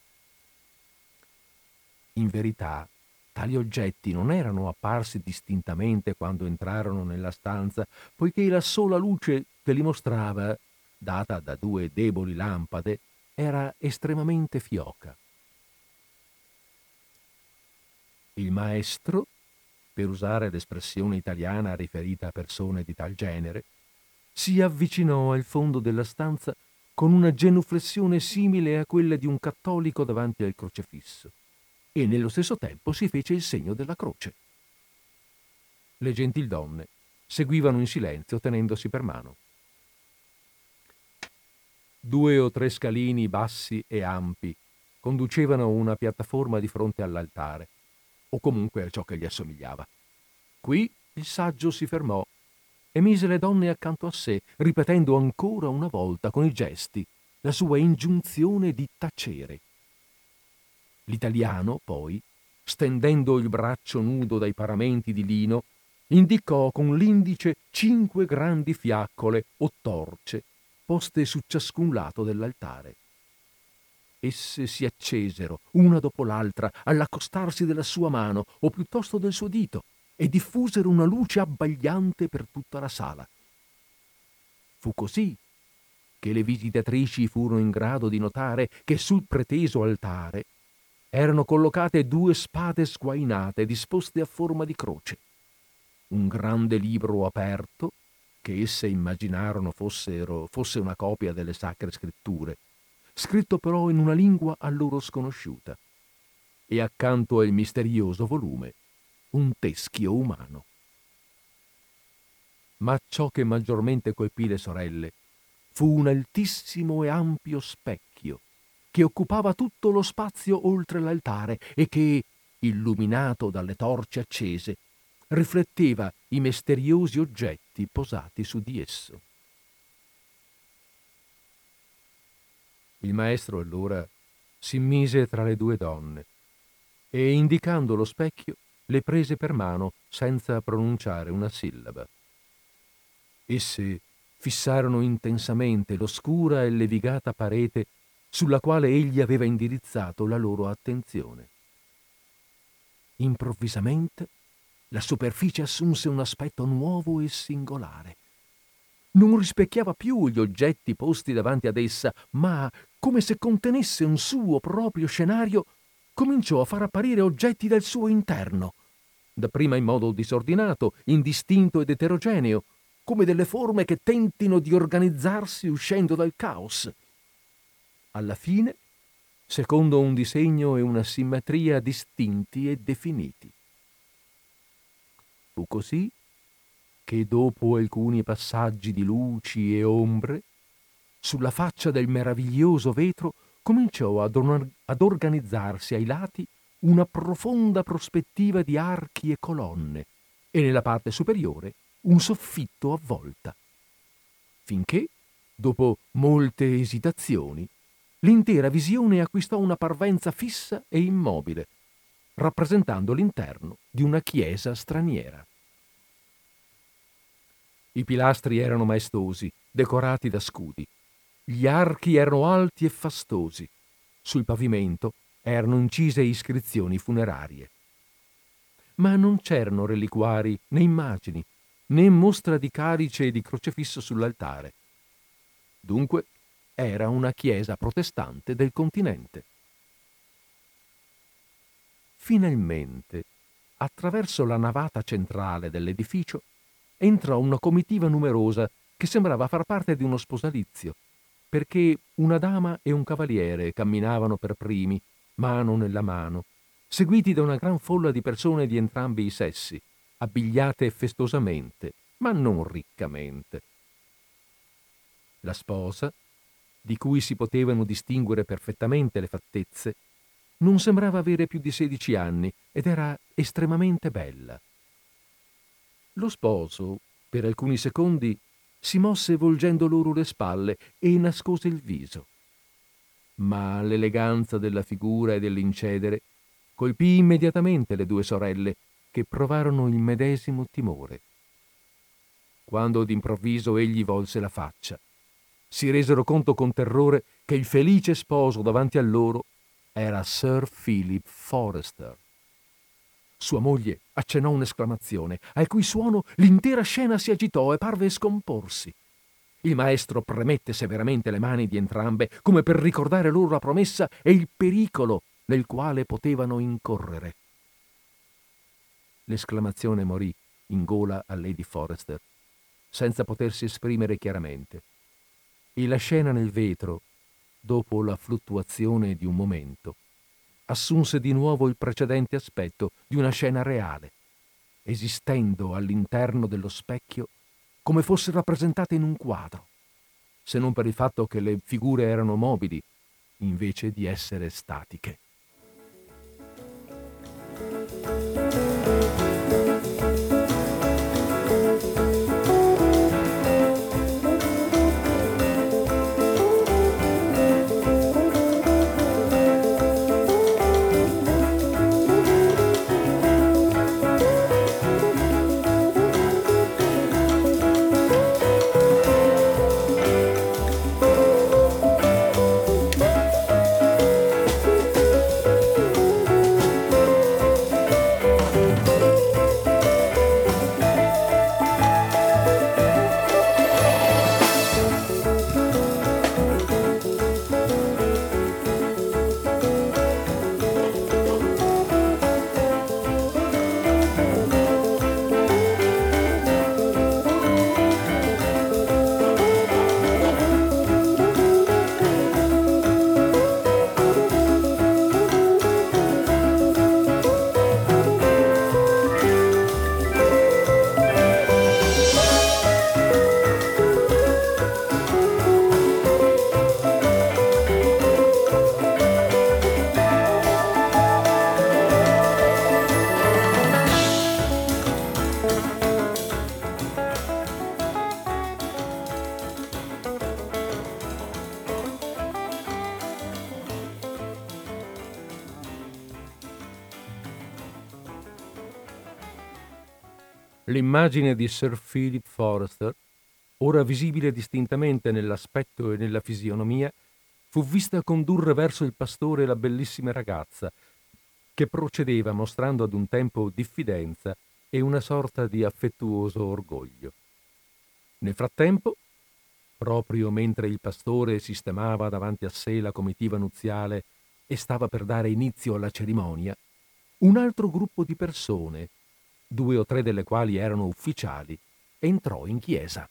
In verità, tali oggetti non erano apparsi distintamente quando entrarono nella stanza, poiché la sola luce che li mostrava, data da 2 deboli lampade, era estremamente fioca. Il maestro, per usare l'espressione italiana riferita a persone di tal genere, si avvicinò al fondo della stanza con una genuflessione simile a quella di un cattolico davanti al crocefisso, e nello stesso tempo si fece il segno della croce. Le gentildonne seguivano in silenzio tenendosi per mano. 2 o 3 scalini bassi e ampi conducevano a una piattaforma di fronte all'altare, o comunque a ciò che gli assomigliava. Qui il saggio si fermò e mise le donne accanto a sé, ripetendo ancora una volta con i gesti la sua ingiunzione di tacere. L'italiano, poi, stendendo il braccio nudo dai paramenti di lino, indicò con l'indice 5 grandi fiaccole o torce poste su ciascun lato dell'altare. Esse si accesero, una dopo l'altra, all'accostarsi della sua mano, o piuttosto del suo dito, e diffusero una luce abbagliante per tutta la sala. Fu così che le visitatrici furono in grado di notare che sul preteso altare erano collocate 2 spade sguainate disposte a forma di croce, un grande libro aperto, che esse immaginarono fosse una copia delle Sacre Scritture, scritto però in una lingua a loro sconosciuta, e accanto al misterioso volume un teschio umano. Ma ciò che maggiormente colpì le sorelle fu un altissimo e ampio specchio che occupava tutto lo spazio oltre l'altare e che, illuminato dalle torce accese, rifletteva i misteriosi oggetti posati su di esso. Il maestro allora si mise tra le 2 donne e, indicando lo specchio, le prese per mano senza pronunciare una sillaba. Esse fissarono intensamente l'oscura e levigata parete sulla quale egli aveva indirizzato la loro attenzione. Improvvisamente la superficie assunse un aspetto nuovo e singolare. Non rispecchiava più gli oggetti posti davanti ad essa, ma, come se contenesse un suo proprio scenario, cominciò a far apparire oggetti del suo interno, dapprima in modo disordinato, indistinto ed eterogeneo, come delle forme che tentino di organizzarsi uscendo dal caos. Alla fine, secondo un disegno e una simmetria distinti e definiti. Fu così che, dopo alcuni passaggi di luci e ombre, sulla faccia del meraviglioso vetro cominciò ad organizzarsi ai lati una profonda prospettiva di archi e colonne, e nella parte superiore un soffitto a volta, finché, dopo molte esitazioni, l'intera visione acquistò una parvenza fissa e immobile, rappresentando l'interno di una chiesa straniera. I pilastri erano maestosi, decorati da scudi. Gli archi erano alti e fastosi. Sul pavimento erano incise iscrizioni funerarie. Ma non c'erano reliquari né immagini, né mostra di calice e di crocefisso sull'altare. Dunque era una chiesa protestante del continente. Finalmente, attraverso la navata centrale dell'edificio, entrò una comitiva numerosa che sembrava far parte di uno sposalizio, perché una dama e un cavaliere camminavano per primi, mano nella mano, seguiti da una gran folla di persone di entrambi i sessi, abbigliate festosamente, ma non riccamente. La sposa, di cui si potevano distinguere perfettamente le fattezze, non sembrava avere più di 16 anni ed era estremamente bella. Lo sposo, per alcuni secondi, si mosse volgendo loro le spalle e nascose il viso. Ma l'eleganza della figura e dell'incedere colpì immediatamente le 2 sorelle, che provarono il medesimo timore. Quando d'improvviso egli volse la faccia, si resero conto con terrore che il felice sposo davanti a loro era Sir Philip Forester. Sua moglie accennò un'esclamazione, al cui suono l'intera scena si agitò e parve scomporsi. Il maestro premette severamente le mani di entrambe, come per ricordare loro la promessa e il pericolo nel quale potevano incorrere. L'esclamazione morì in gola a Lady Forester, senza potersi esprimere chiaramente, e la scena nel vetro, dopo la fluttuazione di un momento, assunse di nuovo il precedente aspetto di una scena reale, esistendo all'interno dello specchio come fosse rappresentata in un quadro, se non per il fatto che le figure erano mobili, invece di essere statiche. L'immagine di Sir Philip Forster, ora visibile distintamente nell'aspetto e nella fisionomia, fu vista condurre verso il pastore la bellissima ragazza, che procedeva mostrando ad un tempo diffidenza e una sorta di affettuoso orgoglio. Nel frattempo, proprio mentre il pastore sistemava davanti a sé la comitiva nuziale e stava per dare inizio alla cerimonia, un altro gruppo di persone, 2 o 3 delle quali erano ufficiali, entrò in chiesa.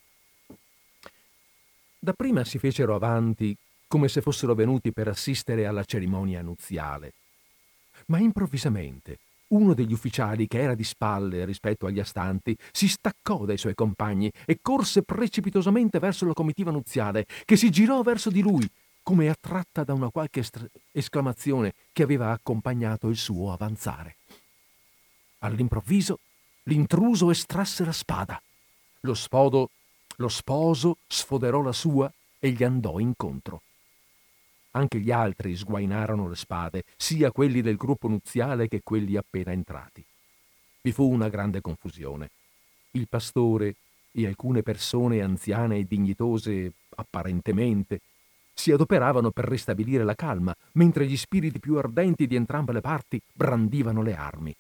Dapprima si fecero avanti come se fossero venuti per assistere alla cerimonia nuziale, ma improvvisamente uno degli ufficiali, che era di spalle rispetto agli astanti, si staccò dai suoi compagni e corse precipitosamente verso la comitiva nuziale, che si girò verso di lui, come attratta da una qualche esclamazione che aveva accompagnato il suo avanzare. All'improvviso l'intruso estrasse la spada. Lo sposo sfoderò la sua e gli andò incontro. Anche gli altri sguainarono le spade, sia quelli del gruppo nuziale che quelli appena entrati. Vi fu una grande confusione. Il pastore e alcune persone anziane e dignitose, apparentemente, si adoperavano per ristabilire la calma, mentre gli spiriti più ardenti di entrambe le parti brandivano le armi.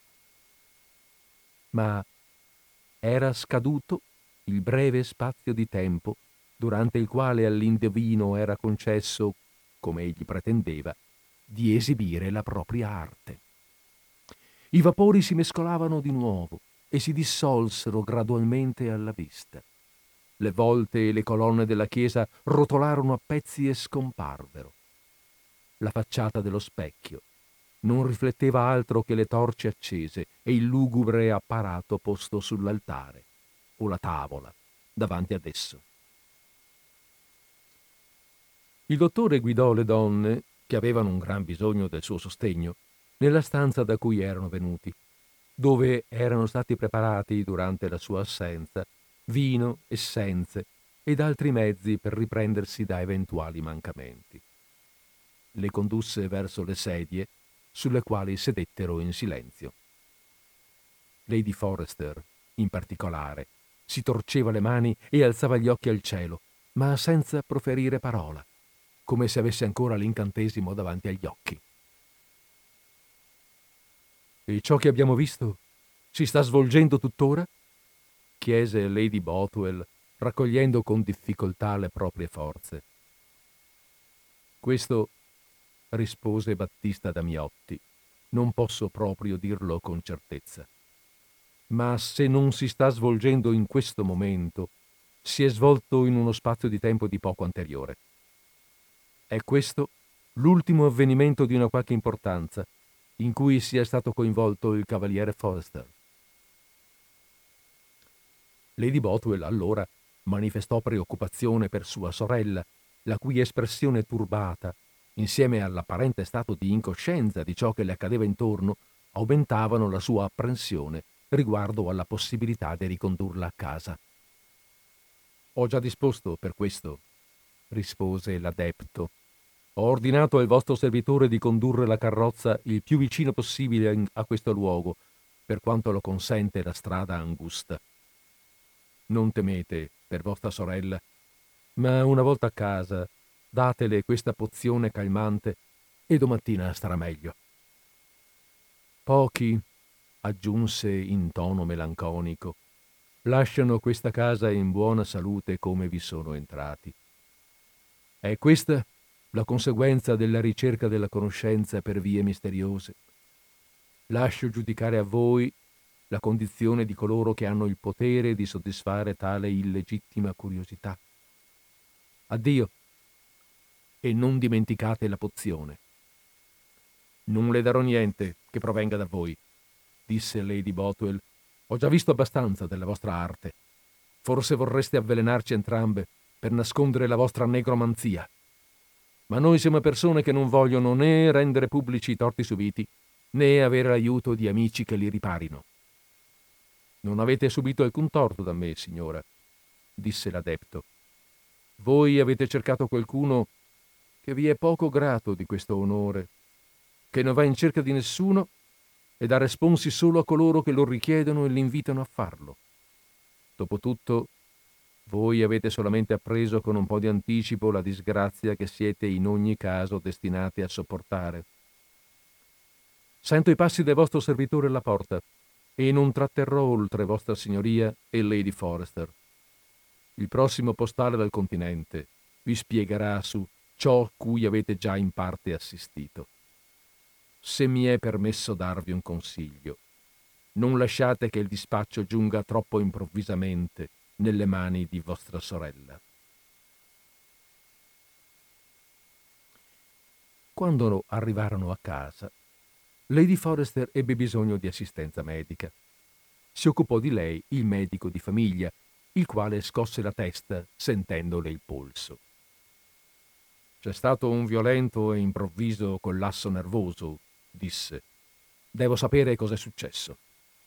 Ma era scaduto il breve spazio di tempo durante il quale all'indovino era concesso, come egli pretendeva, di esibire la propria arte. I vapori si mescolavano di nuovo e si dissolsero gradualmente alla vista. Le volte e le colonne della chiesa rotolarono a pezzi e scomparvero. La facciata dello specchio non rifletteva altro che le torce accese e il lugubre apparato posto sull'altare o la tavola davanti ad esso. Il dottore guidò le donne, che avevano un gran bisogno del suo sostegno, nella stanza da cui erano venuti, dove erano stati preparati durante la sua assenza vino, essenze ed altri mezzi per riprendersi da eventuali mancamenti. Le condusse verso le sedie, sulle quali sedettero in silenzio. Lady Forester, in particolare, si torceva le mani e alzava gli occhi al cielo, ma senza proferire parola, come se avesse ancora l'incantesimo davanti agli occhi. «E ciò che abbiamo visto si sta svolgendo tuttora?» chiese Lady Bothwell, raccogliendo con difficoltà le proprie forze. «Questo», rispose Battista Damiotti, «non posso proprio dirlo con certezza. Ma se non si sta svolgendo in questo momento, si è svolto in uno spazio di tempo di poco anteriore. È questo l'ultimo avvenimento di una qualche importanza in cui sia stato coinvolto il cavaliere Forster». Lady Bothwell allora manifestò preoccupazione per sua sorella, la cui espressione turbata, insieme all'apparente stato di incoscienza di ciò che le accadeva intorno, aumentavano la sua apprensione riguardo alla possibilità di ricondurla a casa. «Ho già disposto per questo», rispose l'adepto. «Ho ordinato al vostro servitore di condurre la carrozza il più vicino possibile a questo luogo, per quanto lo consente la strada angusta. Non temete per vostra sorella, ma una volta a casa datele questa pozione calmante e domattina starà meglio». «Pochi», aggiunse in tono melanconico, «lasciano questa casa in buona salute come vi sono entrati. È questa la conseguenza della ricerca della conoscenza per vie misteriose. Lascio giudicare a voi la condizione di coloro che hanno il potere di soddisfare tale illegittima curiosità. Addio, e non dimenticate la pozione». «Non le darò niente che provenga da voi», disse Lady Bothwell. «Ho già visto abbastanza della vostra arte. Forse vorreste avvelenarci entrambe per nascondere la vostra negromanzia. Ma noi siamo persone che non vogliono né rendere pubblici i torti subiti, né avere l'aiuto di amici che li riparino». «Non avete subito alcun torto da me, signora», disse l'adepto. «Voi avete cercato qualcuno che vi è poco grato di questo onore, che non va in cerca di nessuno e dà responsi solo a coloro che lo richiedono e l'invitano a farlo. Dopotutto, voi avete solamente appreso con un po' di anticipo la disgrazia che siete in ogni caso destinati a sopportare. Sento i passi del vostro servitore alla porta e non tratterrò oltre vostra signoria e Lady Forrester. Il prossimo postale dal continente vi spiegherà su ciò cui avete già in parte assistito. Se mi è permesso darvi un consiglio, non lasciate che il dispaccio giunga troppo improvvisamente nelle mani di vostra sorella». Quando arrivarono a casa, Lady Forrester ebbe bisogno di assistenza medica. Si occupò di lei il medico di famiglia, il quale scosse la testa sentendole il polso. «C'è stato un violento e improvviso collasso nervoso», disse. «Devo sapere cos'è successo».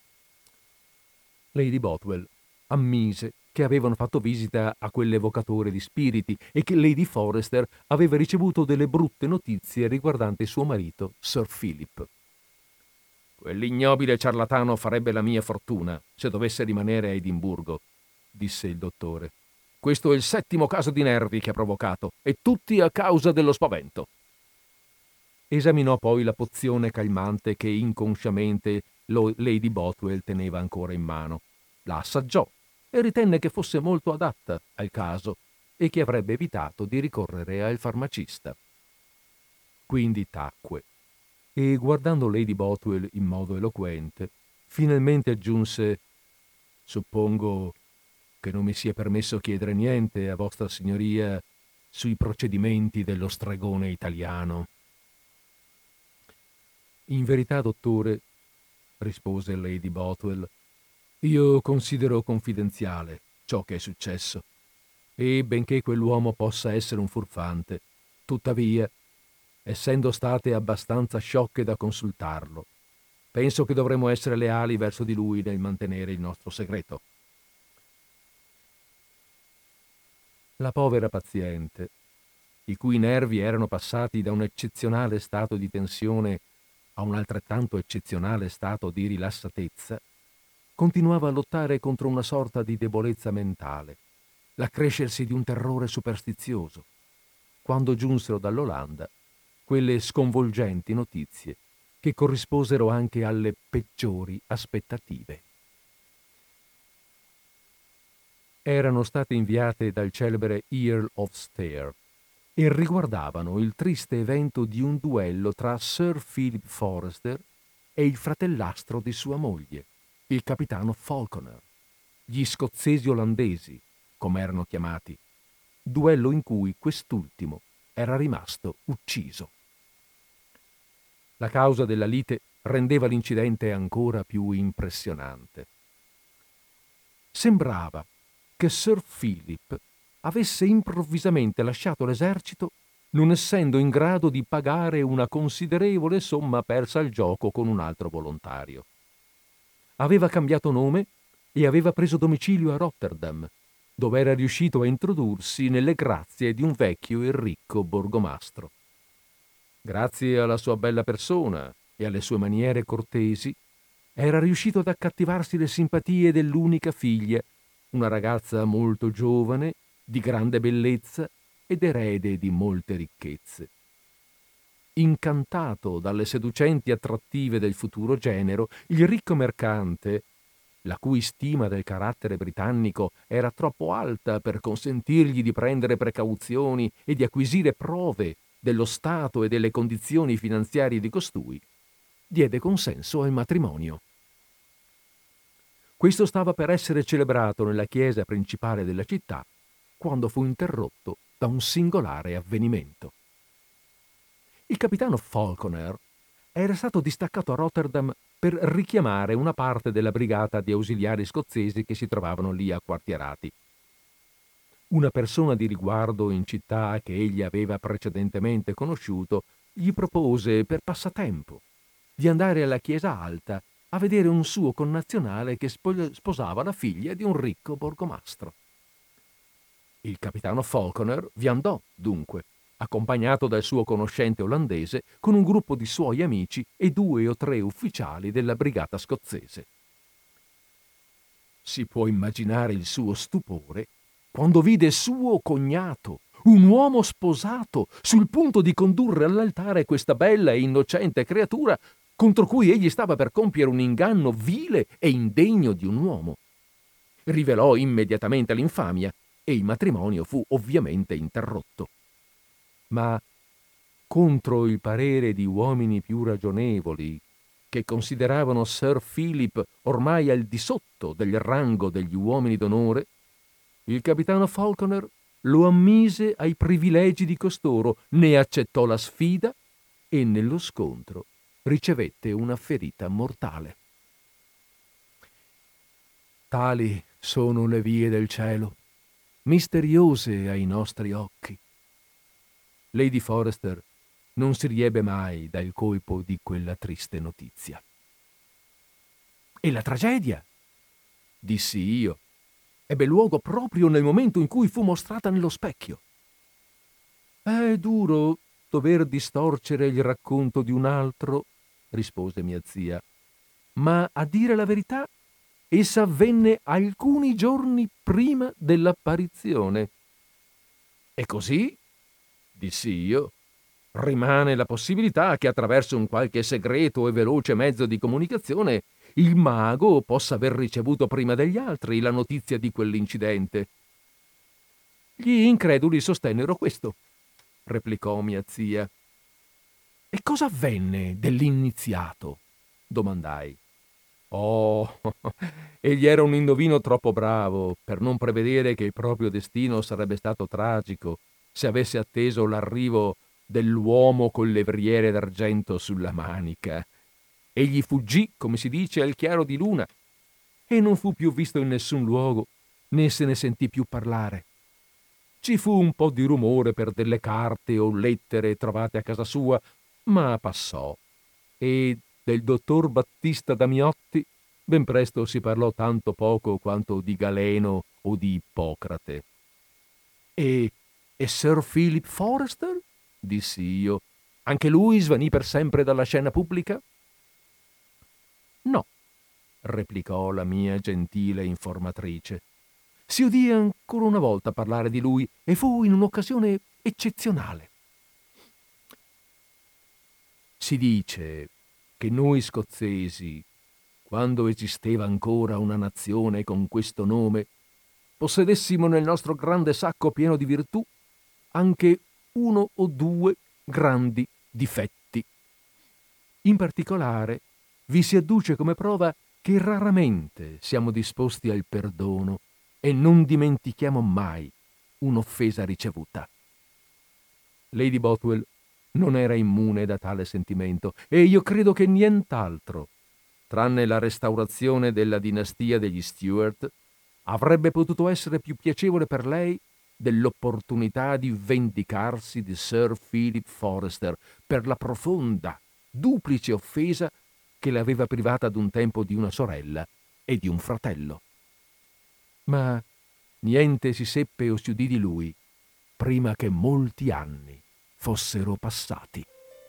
Lady Bothwell ammise che avevano fatto visita a quell'evocatore di spiriti e che Lady Forrester aveva ricevuto delle brutte notizie riguardanti suo marito, Sir Philip. «Quell'ignobile ciarlatano farebbe la mia fortuna se dovesse rimanere a Edimburgo», disse il dottore. «Questo è il 7° caso di nervi che ha provocato, e tutti a causa dello spavento». Esaminò poi la pozione calmante che inconsciamente Lady Bothwell teneva ancora in mano. La assaggiò e ritenne che fosse molto adatta al caso e che avrebbe evitato di ricorrere al farmacista. Quindi tacque e, guardando Lady Bothwell in modo eloquente, finalmente aggiunse: «Suppongo che non mi sia permesso chiedere niente a vostra signoria sui procedimenti dello stregone italiano». «In verità, dottore», rispose Lady Bothwell, «io considero confidenziale ciò che è successo, e benché quell'uomo possa essere un furfante, tuttavia, essendo state abbastanza sciocche da consultarlo, penso che dovremmo essere leali verso di lui nel mantenere il nostro segreto». La povera paziente, i cui nervi erano passati da un eccezionale stato di tensione a un altrettanto eccezionale stato di rilassatezza, continuava a lottare contro una sorta di debolezza mentale, l'accrescersi di un terrore superstizioso, quando giunsero dall'Olanda quelle sconvolgenti notizie che corrisposero anche alle peggiori aspettative. Erano state inviate dal celebre Earl of Stair e riguardavano il triste evento di un duello tra Sir Philip Forrester e il fratellastro di sua moglie, il capitano Falconer, gli scozzesi olandesi, come erano chiamati, duello in cui quest'ultimo era rimasto ucciso. La causa della lite rendeva l'incidente ancora più impressionante. Sembrava che Sir Philip avesse improvvisamente lasciato l'esercito, non essendo in grado di pagare una considerevole somma persa al gioco con un altro volontario. Aveva cambiato nome e aveva preso domicilio a Rotterdam, dove era riuscito a introdursi nelle grazie di un vecchio e ricco borgomastro. Grazie alla sua bella persona e alle sue maniere cortesi, era riuscito ad accattivarsi le simpatie dell'unica figlia, una ragazza molto giovane, di grande bellezza ed erede di molte ricchezze. Incantato dalle seducenti attrattive del futuro genero, il ricco mercante, la cui stima del carattere britannico era troppo alta per consentirgli di prendere precauzioni e di acquisire prove dello stato e delle condizioni finanziarie di costui, diede consenso al matrimonio. Questo stava per essere celebrato nella chiesa principale della città, quando fu interrotto da un singolare avvenimento. Il capitano Falconer era stato distaccato a Rotterdam per richiamare una parte della brigata di ausiliari scozzesi che si trovavano lì acquartierati. Una persona di riguardo in città che egli aveva precedentemente conosciuto gli propose per passatempo di andare alla chiesa alta a vedere un suo connazionale che sposava la figlia di un ricco borgomastro. Il capitano Falconer vi andò, dunque, accompagnato dal suo conoscente olandese con un gruppo di suoi amici e 2 o 3 ufficiali della brigata scozzese. Si può immaginare il suo stupore quando vide suo cognato, un uomo sposato, sul punto di condurre all'altare questa bella e innocente creatura contro cui egli stava per compiere un inganno vile e indegno di un uomo. Rivelò immediatamente l'infamia e il matrimonio fu ovviamente interrotto. Ma contro il parere di uomini più ragionevoli, che consideravano Sir Philip ormai al di sotto del rango degli uomini d'onore, il capitano Falconer lo ammise ai privilegi di costoro, ne accettò la sfida e nello scontro ricevette una ferita mortale. Tali sono le vie del cielo, misteriose ai nostri occhi. Lady Forrester non si riebbe mai dal colpo di quella triste notizia. E la tragedia, dissi io, ebbe luogo proprio nel momento in cui fu mostrata nello specchio. È duro dover distorcere il racconto di un altro, rispose mia zia, ma a dire la verità, essa avvenne alcuni giorni prima dell'apparizione. E così, dissi io, rimane la possibilità che attraverso un qualche segreto e veloce mezzo di comunicazione il mago possa aver ricevuto prima degli altri la notizia di quell'incidente. Gli increduli sostennero questo, replicò mia zia. E cosa avvenne dell'iniziato? Domandai. Oh, egli era un indovino troppo bravo per non prevedere che il proprio destino sarebbe stato tragico se avesse atteso l'arrivo dell'uomo col levriere d'argento sulla manica. Egli fuggì, come si dice, al chiaro di luna e non fu più visto in nessun luogo, né se ne sentì più parlare. Ci fu un po' di rumore per delle carte o lettere trovate a casa sua, ma passò. E del dottor Battista Damiotti ben presto si parlò tanto poco quanto di Galeno o di Ippocrate. E Sir Philip Forrester? Dissi io. Anche lui svanì per sempre dalla scena pubblica? No, replicò la mia gentile informatrice. Si udì ancora una volta parlare di lui e fu in un'occasione eccezionale. Si dice che noi scozzesi, quando esisteva ancora una nazione con questo nome, possedessimo nel nostro grande sacco pieno di virtù anche 1 o 2 grandi difetti. In particolare vi si adduce come prova che raramente siamo disposti al perdono e non dimentichiamo mai un'offesa ricevuta. Lady Bothwell non era immune da tale sentimento e io credo che nient'altro, tranne la restaurazione della dinastia degli Stuart, avrebbe potuto essere più piacevole per lei dell'opportunità di vendicarsi di Sir Philip Forrester per la profonda, duplice offesa che le aveva privata ad un tempo di una sorella e di un fratello. Ma niente si seppe o si udì di lui prima che molti anni fossero passati.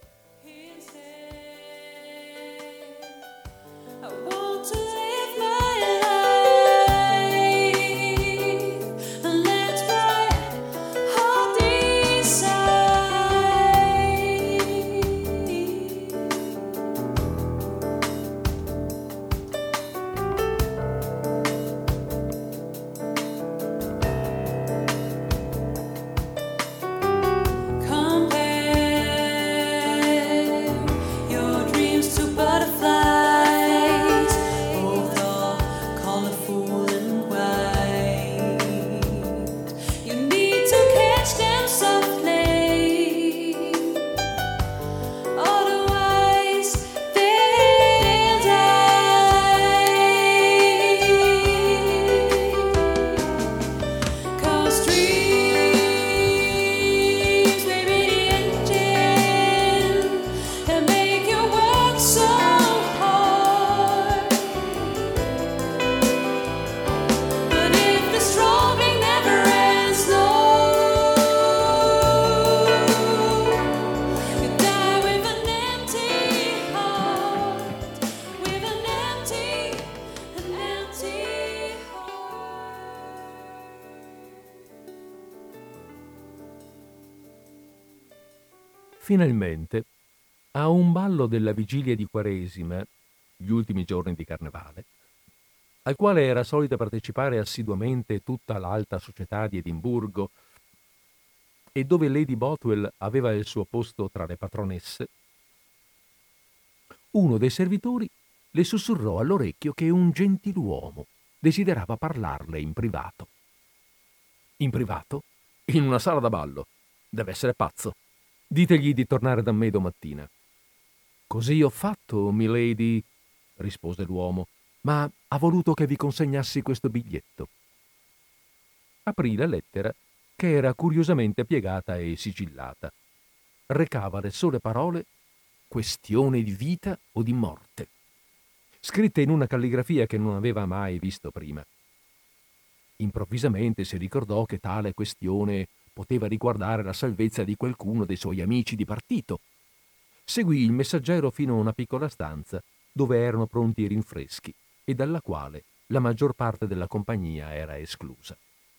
Finalmente, a un ballo della vigilia di Quaresima, gli ultimi giorni di Carnevale, al quale era solita partecipare assiduamente tutta l'alta società di Edimburgo e dove Lady Bothwell aveva il suo posto tra le patronesse, uno dei servitori le sussurrò all'orecchio che un gentiluomo desiderava parlarle in privato. In privato? In una sala da ballo? Deve essere pazzo. Ditegli di tornare da me domattina. Così ho fatto, milady, rispose l'uomo, ma ha voluto che vi consegnassi questo biglietto. Aprì la lettera, che era curiosamente piegata e sigillata. Recava le sole parole «questione di vita o di morte», scritte in una calligrafia che non aveva mai visto prima. Improvvisamente si ricordò che tale questione poteva riguardare la salvezza di qualcuno dei suoi amici di partito. Seguì il messaggero fino a una piccola stanza dove erano pronti i rinfreschi e dalla quale la maggior parte della compagnia era esclusa.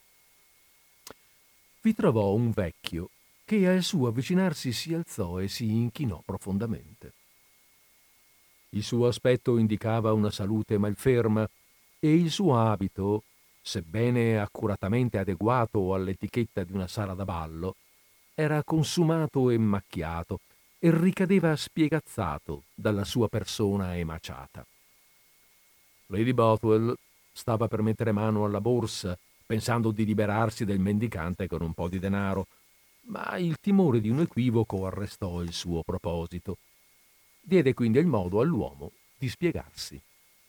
Vi trovò un vecchio che al suo avvicinarsi si alzò e si inchinò profondamente. Il suo aspetto indicava una salute malferma e il suo abito, sebbene accuratamente adeguato all'etichetta di una sala da ballo, era consumato e macchiato e ricadeva spiegazzato dalla sua persona emaciata. Lady Bothwell stava per mettere mano alla borsa, pensando di liberarsi del mendicante con un po' di denaro, ma il timore di un equivoco arrestò il suo proposito. Diede quindi il modo all'uomo di spiegarsi.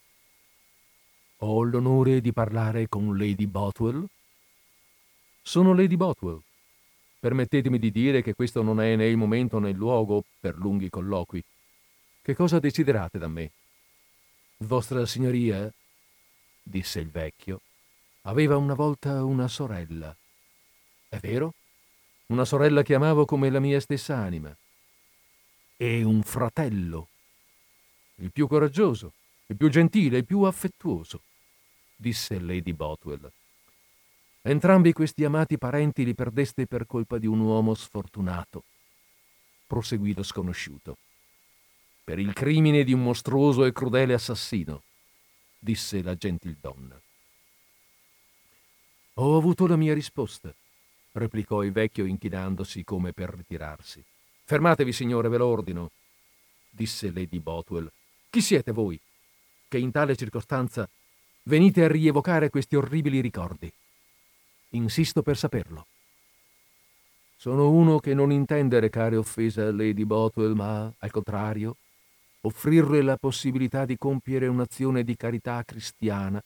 «Ho l'onore di parlare con Lady Bothwell?» «Sono Lady Bothwell. Permettetemi di dire che questo non è né il momento né il luogo per lunghi colloqui. Che cosa desiderate da me?» «Vostra signoria», disse il vecchio, «aveva una volta una sorella. È vero? Una sorella che amavo come la mia stessa anima. E un fratello, il più coraggioso, il più gentile, il più affettuoso», disse Lady Bothwell. «Entrambi questi amati parenti li perdeste per colpa di un uomo sfortunato», proseguì lo sconosciuto. «Per il crimine di un mostruoso e crudele assassino», disse la gentildonna. «Ho avuto la mia risposta», replicò il vecchio inchinandosi come per ritirarsi. «Fermatevi, signore, ve lo ordino», disse Lady Bothwell. «Chi siete voi, che in tale circostanza venite a rievocare questi orribili ricordi? Insisto per saperlo». «Sono uno che non intende recare offesa a Lady Bothwell, ma, al contrario, offrirle la possibilità di compiere un'azione di carità cristiana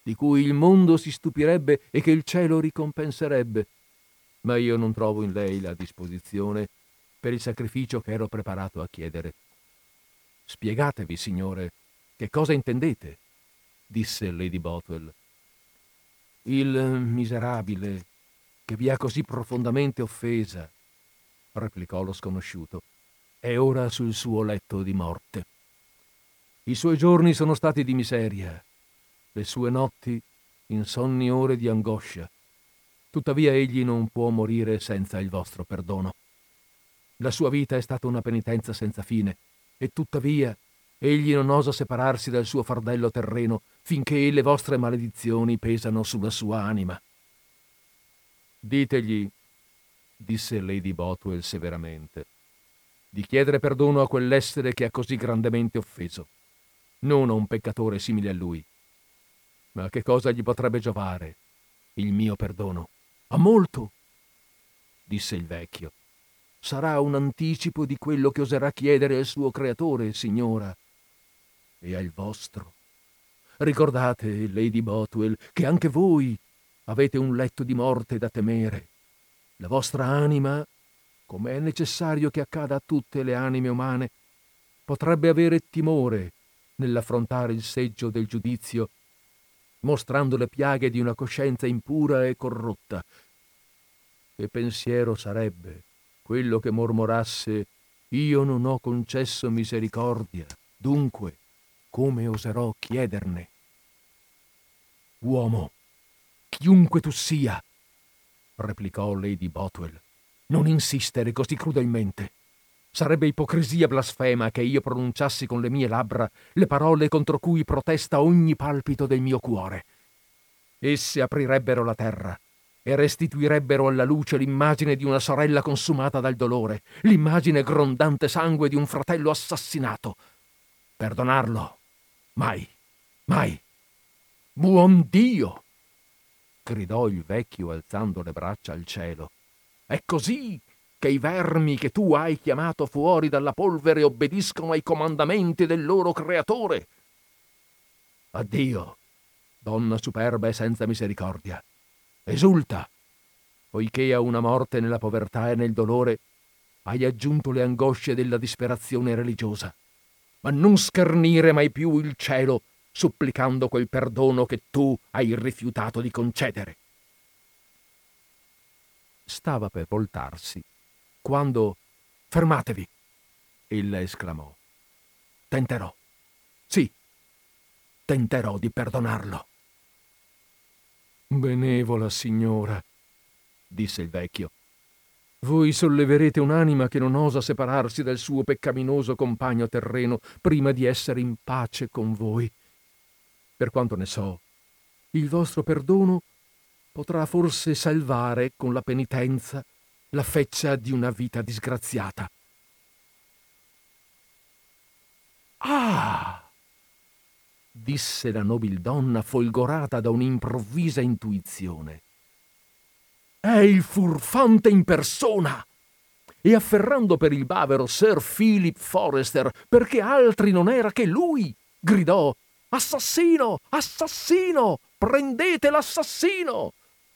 di cui il mondo si stupirebbe e che il cielo ricompenserebbe, ma io non trovo in lei la disposizione per il sacrificio che ero preparato a chiedere. Spiegatevi, signore, che cosa intendete? Disse Lady Bothwell. Il miserabile che vi ha così profondamente offesa, replicò lo sconosciuto, è ora sul suo letto di morte. I suoi giorni sono stati di miseria, le sue notti insonni ore di angoscia. Tuttavia egli non può morire senza il vostro perdono. La sua vita è stata una penitenza senza fine, e tuttavia egli non osa separarsi dal suo fardello terreno finché le vostre maledizioni pesano sulla sua anima. Ditegli, disse Lady Bothwell severamente, di chiedere perdono a quell'essere che ha così grandemente offeso, non a un peccatore simile a lui. Ma che cosa gli potrebbe giovare il mio perdono? A molto, disse il vecchio. Sarà un anticipo di quello che oserà chiedere al suo creatore, signora, e al vostro. Ricordate, Lady Bothwell, che anche voi avete un letto di morte da temere. La vostra anima, come è necessario che accada a tutte le anime umane, potrebbe avere timore nell'affrontare il seggio del giudizio, mostrando le piaghe di una coscienza impura e corrotta. Che pensiero sarebbe quello che mormorasse: io non ho concesso misericordia, dunque come oserò chiederne? Uomo, chiunque tu sia, replicò Lady Bothwell, non insistere così crudelmente. Sarebbe ipocrisia blasfema che io pronunciassi con le mie labbra le parole contro cui protesta ogni palpito del mio cuore. Esse aprirebbero la terra e restituirebbero alla luce l'immagine di una sorella consumata dal dolore, l'immagine grondante sangue di un fratello assassinato. Perdonarlo? Mai, mai. Buon Dio! Gridò il vecchio alzando le braccia al cielo. È così che i vermi che tu hai chiamato fuori dalla polvere obbediscono ai comandamenti del loro creatore? Addio, donna superba e senza misericordia. Esulta, poiché a una morte nella povertà e nel dolore hai aggiunto le angosce della disperazione religiosa. Ma non schernire mai più il cielo supplicando quel perdono che tu hai rifiutato di concedere. Stava per voltarsi quando: fermatevi! Ella esclamò. Tenterò. Sì, tenterò di perdonarlo. Benevola signora, disse il vecchio, voi solleverete un'anima che non osa separarsi dal suo peccaminoso compagno terreno prima di essere in pace con voi. Per quanto ne so, il vostro perdono potrà forse salvare con la penitenza la feccia di una vita disgraziata. Ah! Disse la nobildonna folgorata da un'improvvisa intuizione. È il furfante in persona! E afferrando per il bavero Sir Philip Forrester, perché altri non era che lui, gridò: Assassino! Assassino! Prendete l'assassino!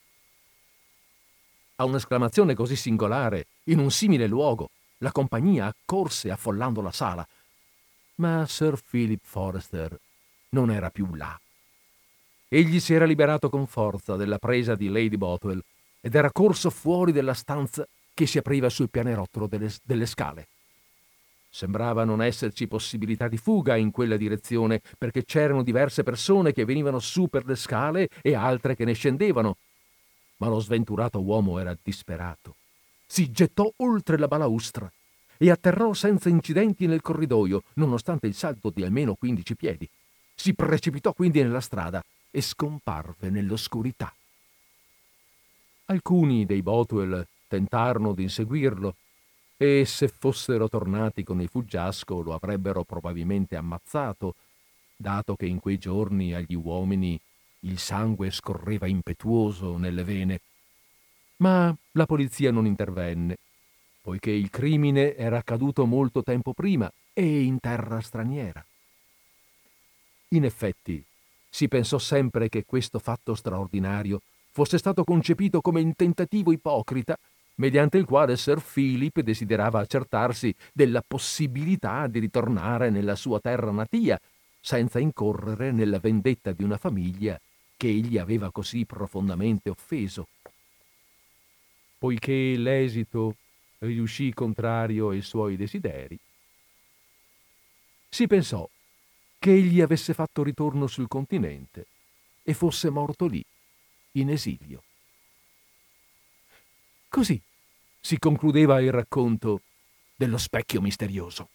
A un'esclamazione così singolare, in un simile luogo, la compagnia accorse affollando la sala. Ma Sir Philip Forrester non era più là. Egli si era liberato con forza della presa di Lady Bothwell ed era corso fuori della stanza che si apriva sul pianerottolo delle scale. Sembrava non esserci possibilità di fuga in quella direzione, perché c'erano diverse persone che venivano su per le scale e altre che ne scendevano. Ma lo sventurato uomo era disperato. Si gettò oltre la balaustra e atterrò senza incidenti nel corridoio, nonostante il salto di almeno 15 piedi. Si precipitò quindi nella strada e scomparve nell'oscurità. Alcuni dei Bothwell tentarono di inseguirlo e, se fossero tornati con il fuggiasco, lo avrebbero probabilmente ammazzato, dato che in quei giorni agli uomini il sangue scorreva impetuoso nelle vene. Ma la polizia non intervenne, poiché il crimine era accaduto molto tempo prima e in terra straniera. In effetti, Si pensò sempre che questo fatto straordinario fosse stato concepito come un tentativo ipocrita, mediante il quale Sir Philip desiderava accertarsi della possibilità di ritornare nella sua terra natia, senza incorrere nella vendetta di una famiglia che egli aveva così profondamente offeso. Poiché l'esito riuscì contrario ai suoi desideri, si pensò che egli avesse fatto ritorno sul continente e fosse morto lì, in esilio. Così si concludeva il racconto dello specchio misterioso.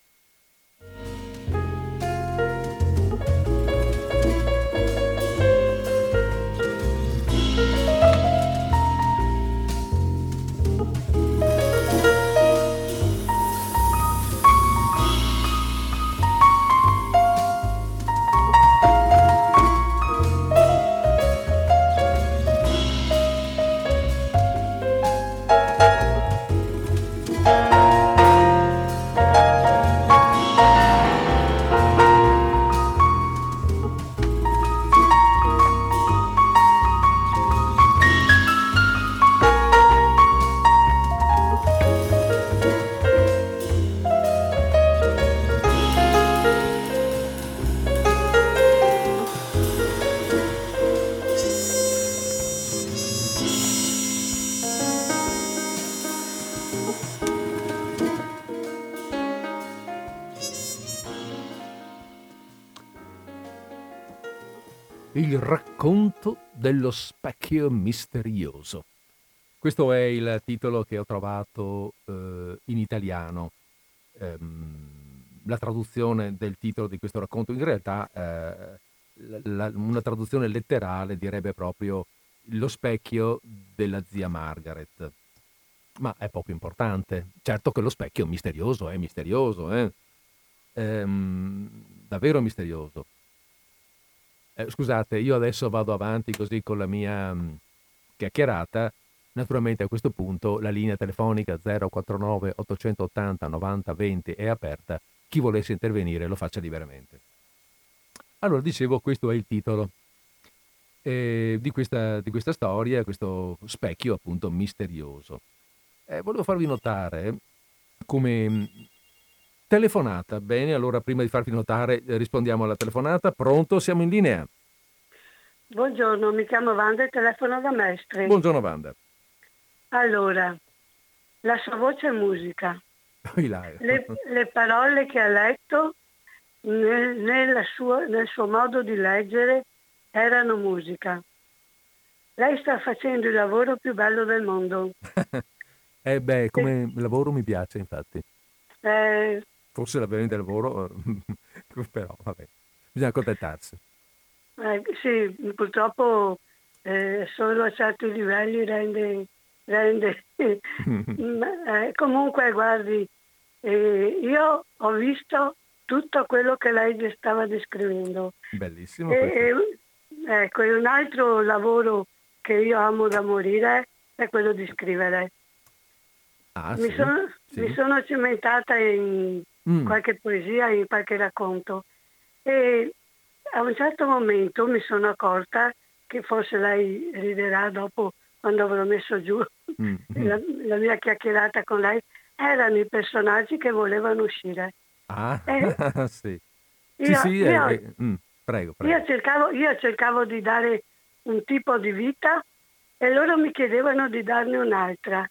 Il racconto dello specchio misterioso. Questo è il titolo che ho trovato in italiano. La traduzione del titolo di questo racconto, in realtà una traduzione letterale direbbe proprio lo specchio della zia Margaret. Ma è poco importante. Certo che lo specchio è misterioso, davvero misterioso. Scusate, io adesso vado avanti così con la mia chiacchierata. Naturalmente a questo punto la linea telefonica 049 880 90 20 è aperta. Chi volesse intervenire lo faccia liberamente. Allora, dicevo, questo è il titolo di questa storia, questo specchio appunto misterioso. Volevo farvi notare come telefonata. Bene, allora prima di farvi notare rispondiamo alla telefonata. Pronto? Siamo in linea. Buongiorno, mi chiamo Wanda e telefono da Mestre. Buongiorno Wanda. Allora, la sua voce è musica. Le parole che ha letto nel suo modo di leggere erano musica. Lei sta facendo il lavoro più bello del mondo. Come lavoro mi piace, infatti. Forse veramente lavoro, però vabbè, bisogna accontentarsi. Sì, purtroppo solo a certi livelli rende comunque guardi, io ho visto tutto quello che lei stava descrivendo. Bellissimo. Ecco, un altro lavoro che io amo da morire è quello di scrivere. Mi sono cimentata in qualche poesia, in qualche racconto, e a un certo momento mi sono accorta che forse lei riderà dopo quando avrò messo giù la mia chiacchierata con lei. Erano i personaggi che volevano uscire. Sì. Prego. Io cercavo di dare un tipo di vita e loro mi chiedevano di darne un'altra.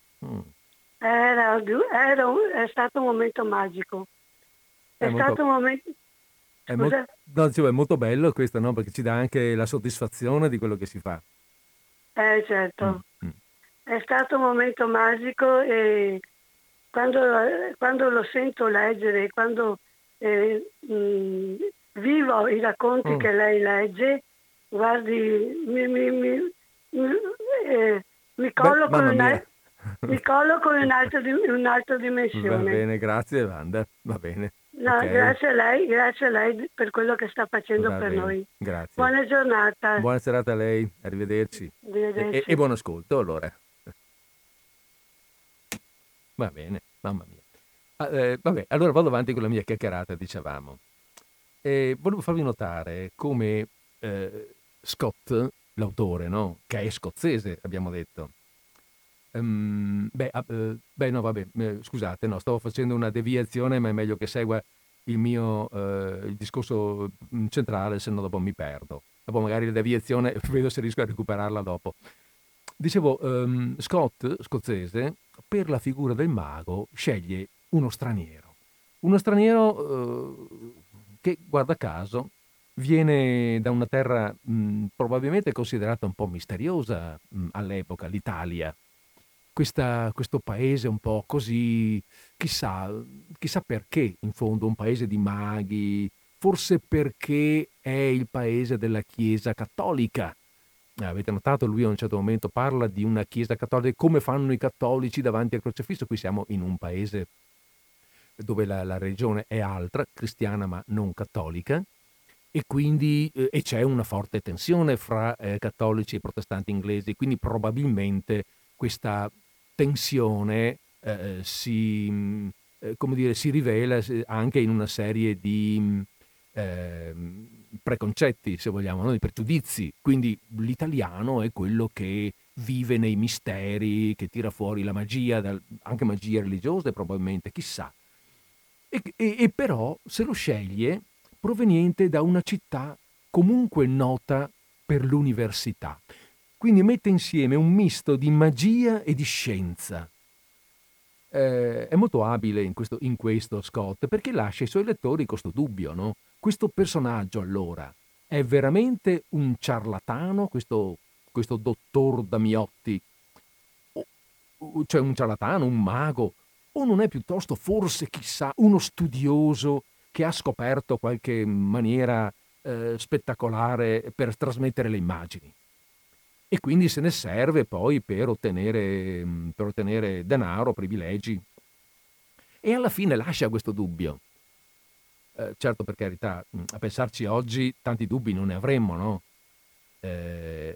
È stato un momento magico. È stato un momento... è molto bello questo, no? Perché ci dà anche la soddisfazione di quello che si fa. Certo. È stato un momento magico e quando lo sento leggere, quando vivo i racconti che lei legge, guardi, mi colloco in un'altra dimensione. Va bene, grazie Wanda, va bene. No, okay. Grazie a lei per quello che sta facendo per noi. Grazie. Buona giornata. Buona serata a lei, arrivederci. E buon ascolto allora. Va bene, mamma mia. Vabbè, allora vado avanti con la mia chiacchierata, dicevamo. Volevo farvi notare come Scott, l'autore, no? Che è scozzese, abbiamo detto. No, vabbè, scusate, no, stavo facendo una deviazione, ma è meglio che segua il discorso centrale, se no dopo mi perdo. Dopo magari la deviazione, vedo se riesco a recuperarla dopo. Dicevo, Scott, scozzese, per la figura del mago sceglie uno straniero. Uno straniero che, guarda caso, viene da una terra probabilmente considerata un po' misteriosa all'epoca, l'Italia. Questo paese un po' così, chissà perché, in fondo, un paese di maghi, forse perché è il paese della Chiesa cattolica. Avete notato, lui a un certo momento parla di una Chiesa cattolica, come fanno i cattolici davanti al crocifisso. Qui siamo in un paese dove la religione è altra, cristiana ma non cattolica, e quindi e c'è una forte tensione fra cattolici e protestanti inglesi, quindi probabilmente questa tensione si rivela anche in una serie di preconcetti, se vogliamo, no? Di pregiudizi. Quindi l'italiano è quello che vive nei misteri, che tira fuori la magia, anche magie religiose probabilmente, chissà. E però se lo sceglie proveniente da una città comunque nota per l'università. Quindi mette insieme un misto di magia e di scienza. È molto abile in questo Scott, perché lascia ai suoi lettori questo dubbio, no? Questo personaggio, allora, è veramente un ciarlatano, questo dottor Damiotti, cioè un ciarlatano, un mago, o non è piuttosto, forse, chissà, uno studioso che ha scoperto qualche maniera spettacolare per trasmettere le immagini? E quindi se ne serve poi per ottenere denaro, privilegi. E alla fine lascia questo dubbio. Certo, per carità, a pensarci oggi tanti dubbi non ne avremmo, no? È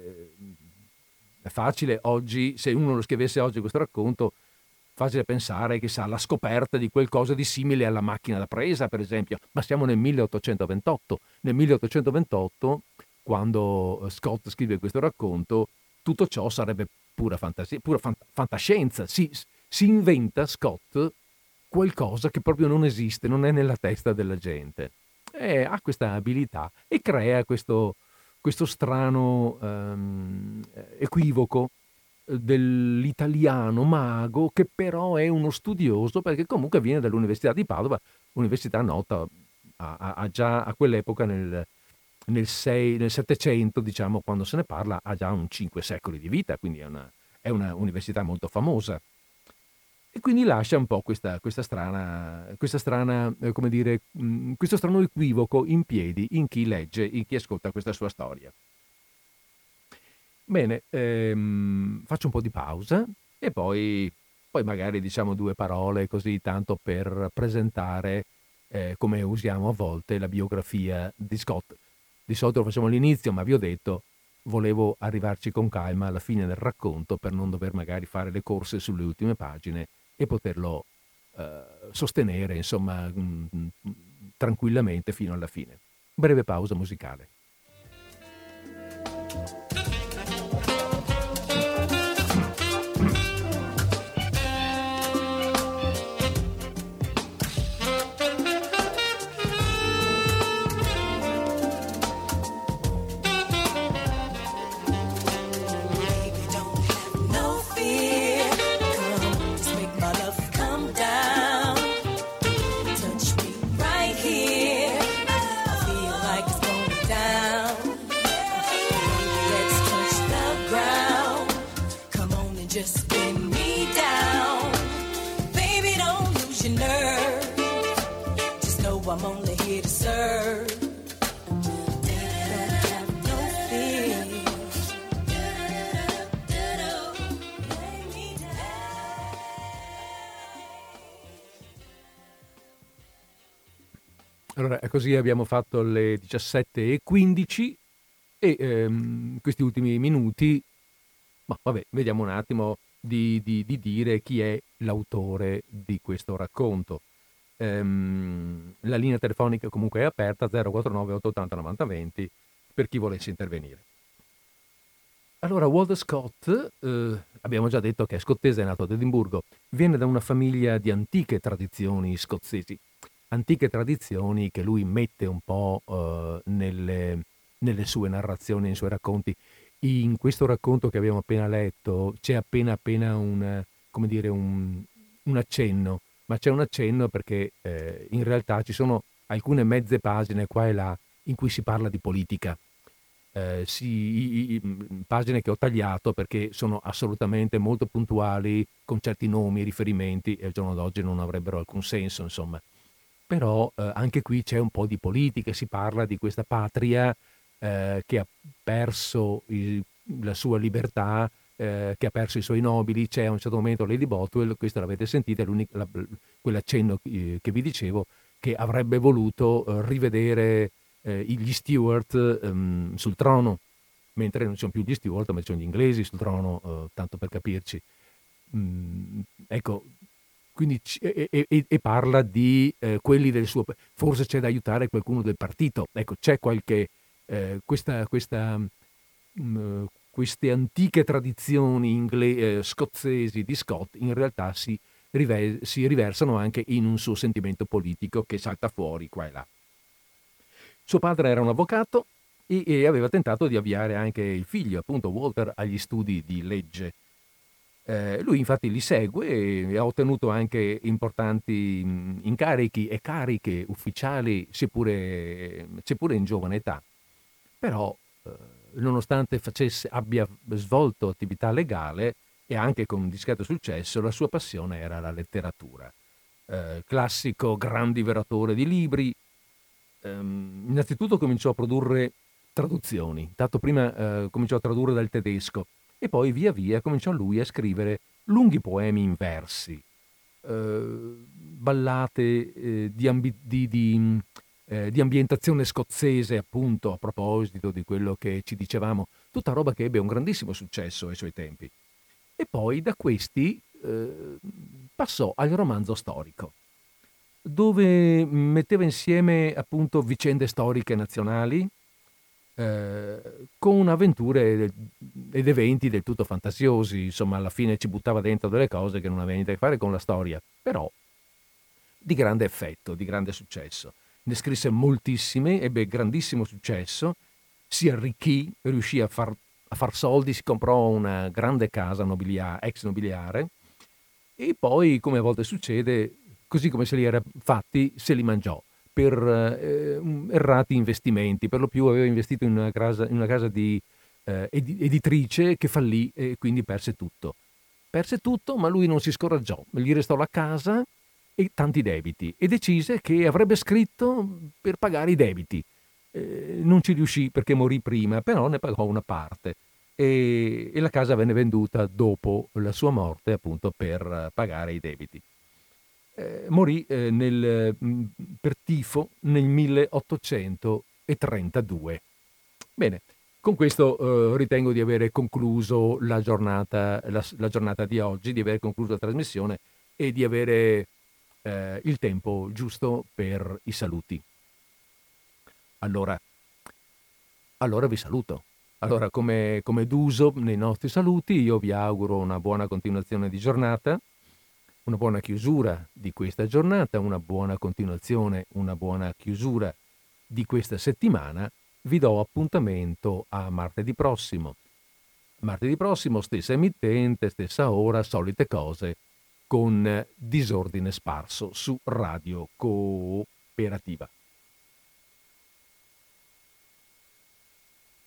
facile oggi, se uno lo scrivesse oggi questo racconto, facile pensare che sa la scoperta di qualcosa di simile alla macchina da presa, per esempio. Ma siamo nel 1828. Nel 1828, quando Scott scrive questo racconto, tutto ciò sarebbe pura fantasia, pura fantascienza. Si inventa Scott qualcosa che proprio non esiste, non è nella testa della gente. Ha questa abilità e crea questo strano equivoco dell'italiano mago che però è uno studioso, perché comunque viene dall'Università di Padova, università nota già a quell'epoca nel 700, diciamo, quando se ne parla, ha già un 5 secoli di vita, quindi è una università molto famosa. E quindi lascia un po' questa strana, come dire, questo strano equivoco in piedi in chi legge, in chi ascolta questa sua storia. Bene, faccio un po' di pausa e poi magari diciamo due parole così tanto per presentare, come usiamo a volte, la biografia di Scott. Di solito lo facciamo all'inizio, ma vi ho detto, volevo arrivarci con calma alla fine del racconto per non dover magari fare le corse sulle ultime pagine e poterlo sostenere, insomma, tranquillamente fino alla fine. Breve pausa musicale. Allora, così abbiamo fatto le 17:15 e questi ultimi minuti, ma vabbè, vediamo un attimo di dire chi è l'autore di questo racconto. La linea telefonica comunque è aperta, 049 880 90 20, per chi volesse intervenire. Allora, Walter Scott, abbiamo già detto che è scozzese, è nato ad Edimburgo, viene da una famiglia di antiche tradizioni scozzesi, antiche tradizioni che lui mette un po' nelle sue narrazioni, nei suoi racconti. In questo racconto che abbiamo appena letto c'è appena un accenno, ma c'è un accenno perché in realtà ci sono alcune mezze pagine qua e là in cui si parla di politica. Pagine che ho tagliato perché sono assolutamente molto puntuali, con certi nomi, riferimenti, e al giorno d'oggi non avrebbero alcun senso, insomma. Però anche qui c'è un po' di politica, si parla di questa patria che ha perso la sua libertà, che ha perso i suoi nobili. C'è a un certo momento Lady Bothwell, questo l'avete sentito, è quell'accenno che vi dicevo, che avrebbe voluto rivedere gli Stuart sul trono, mentre non sono più gli Stuart, ma sono gli inglesi sul trono, tanto per capirci. Ecco, quindi e parla di quelli del suo... Forse c'è da aiutare qualcuno del partito. Ecco, c'è qualche... queste antiche tradizioni scozzesi di Scott in realtà si riversano anche in un suo sentimento politico che salta fuori qua e là. Suo padre era un avvocato e aveva tentato di avviare anche il figlio, appunto Walter, agli studi di legge. Lui infatti li segue e ha ottenuto anche importanti incarichi e cariche ufficiali, seppure in giovane età. Però, nonostante abbia svolto attività legale e anche con un discreto successo, la sua passione era la letteratura. Classico gran divoratore di libri. Innanzitutto cominciò a produrre traduzioni, tanto prima cominciò a tradurre dal tedesco e poi via via cominciò lui a scrivere lunghi poemi in versi, ballate di ambientazione scozzese, appunto, a proposito di quello che ci dicevamo, tutta roba che ebbe un grandissimo successo ai suoi tempi. E poi da questi passò al romanzo storico, dove metteva insieme appunto vicende storiche nazionali con avventure ed eventi del tutto fantasiosi. Insomma, alla fine ci buttava dentro delle cose che non avevano niente a che fare con la storia, però di grande effetto, di grande successo. Ne scrisse moltissime, ebbe grandissimo successo, si arricchì, riuscì a far soldi, si comprò una grande casa ex nobiliare e poi, come a volte succede, così come se li era fatti, se li mangiò per errati investimenti. Per lo più aveva investito in una casa di editrice che fallì e quindi perse tutto. Perse tutto, ma lui non si scoraggiò, gli restò la casa e tanti debiti e decise che avrebbe scritto per pagare i debiti. Non ci riuscì perché morì prima, però ne pagò una parte e la casa venne venduta dopo la sua morte, appunto, per pagare i debiti. Morì per tifo nel 1832. Bene, con questo ritengo di avere concluso la giornata di oggi, di aver concluso la trasmissione e di avere il tempo giusto per i saluti. Allora vi saluto. Allora, come d'uso nei nostri saluti, io vi auguro una buona continuazione di giornata, una buona chiusura di questa giornata, una buona continuazione, una buona chiusura di questa settimana. Vi do appuntamento a martedì prossimo. Martedì prossimo, stessa emittente, stessa ora, solite cose, con Disordine Sparso su Radio Cooperativa.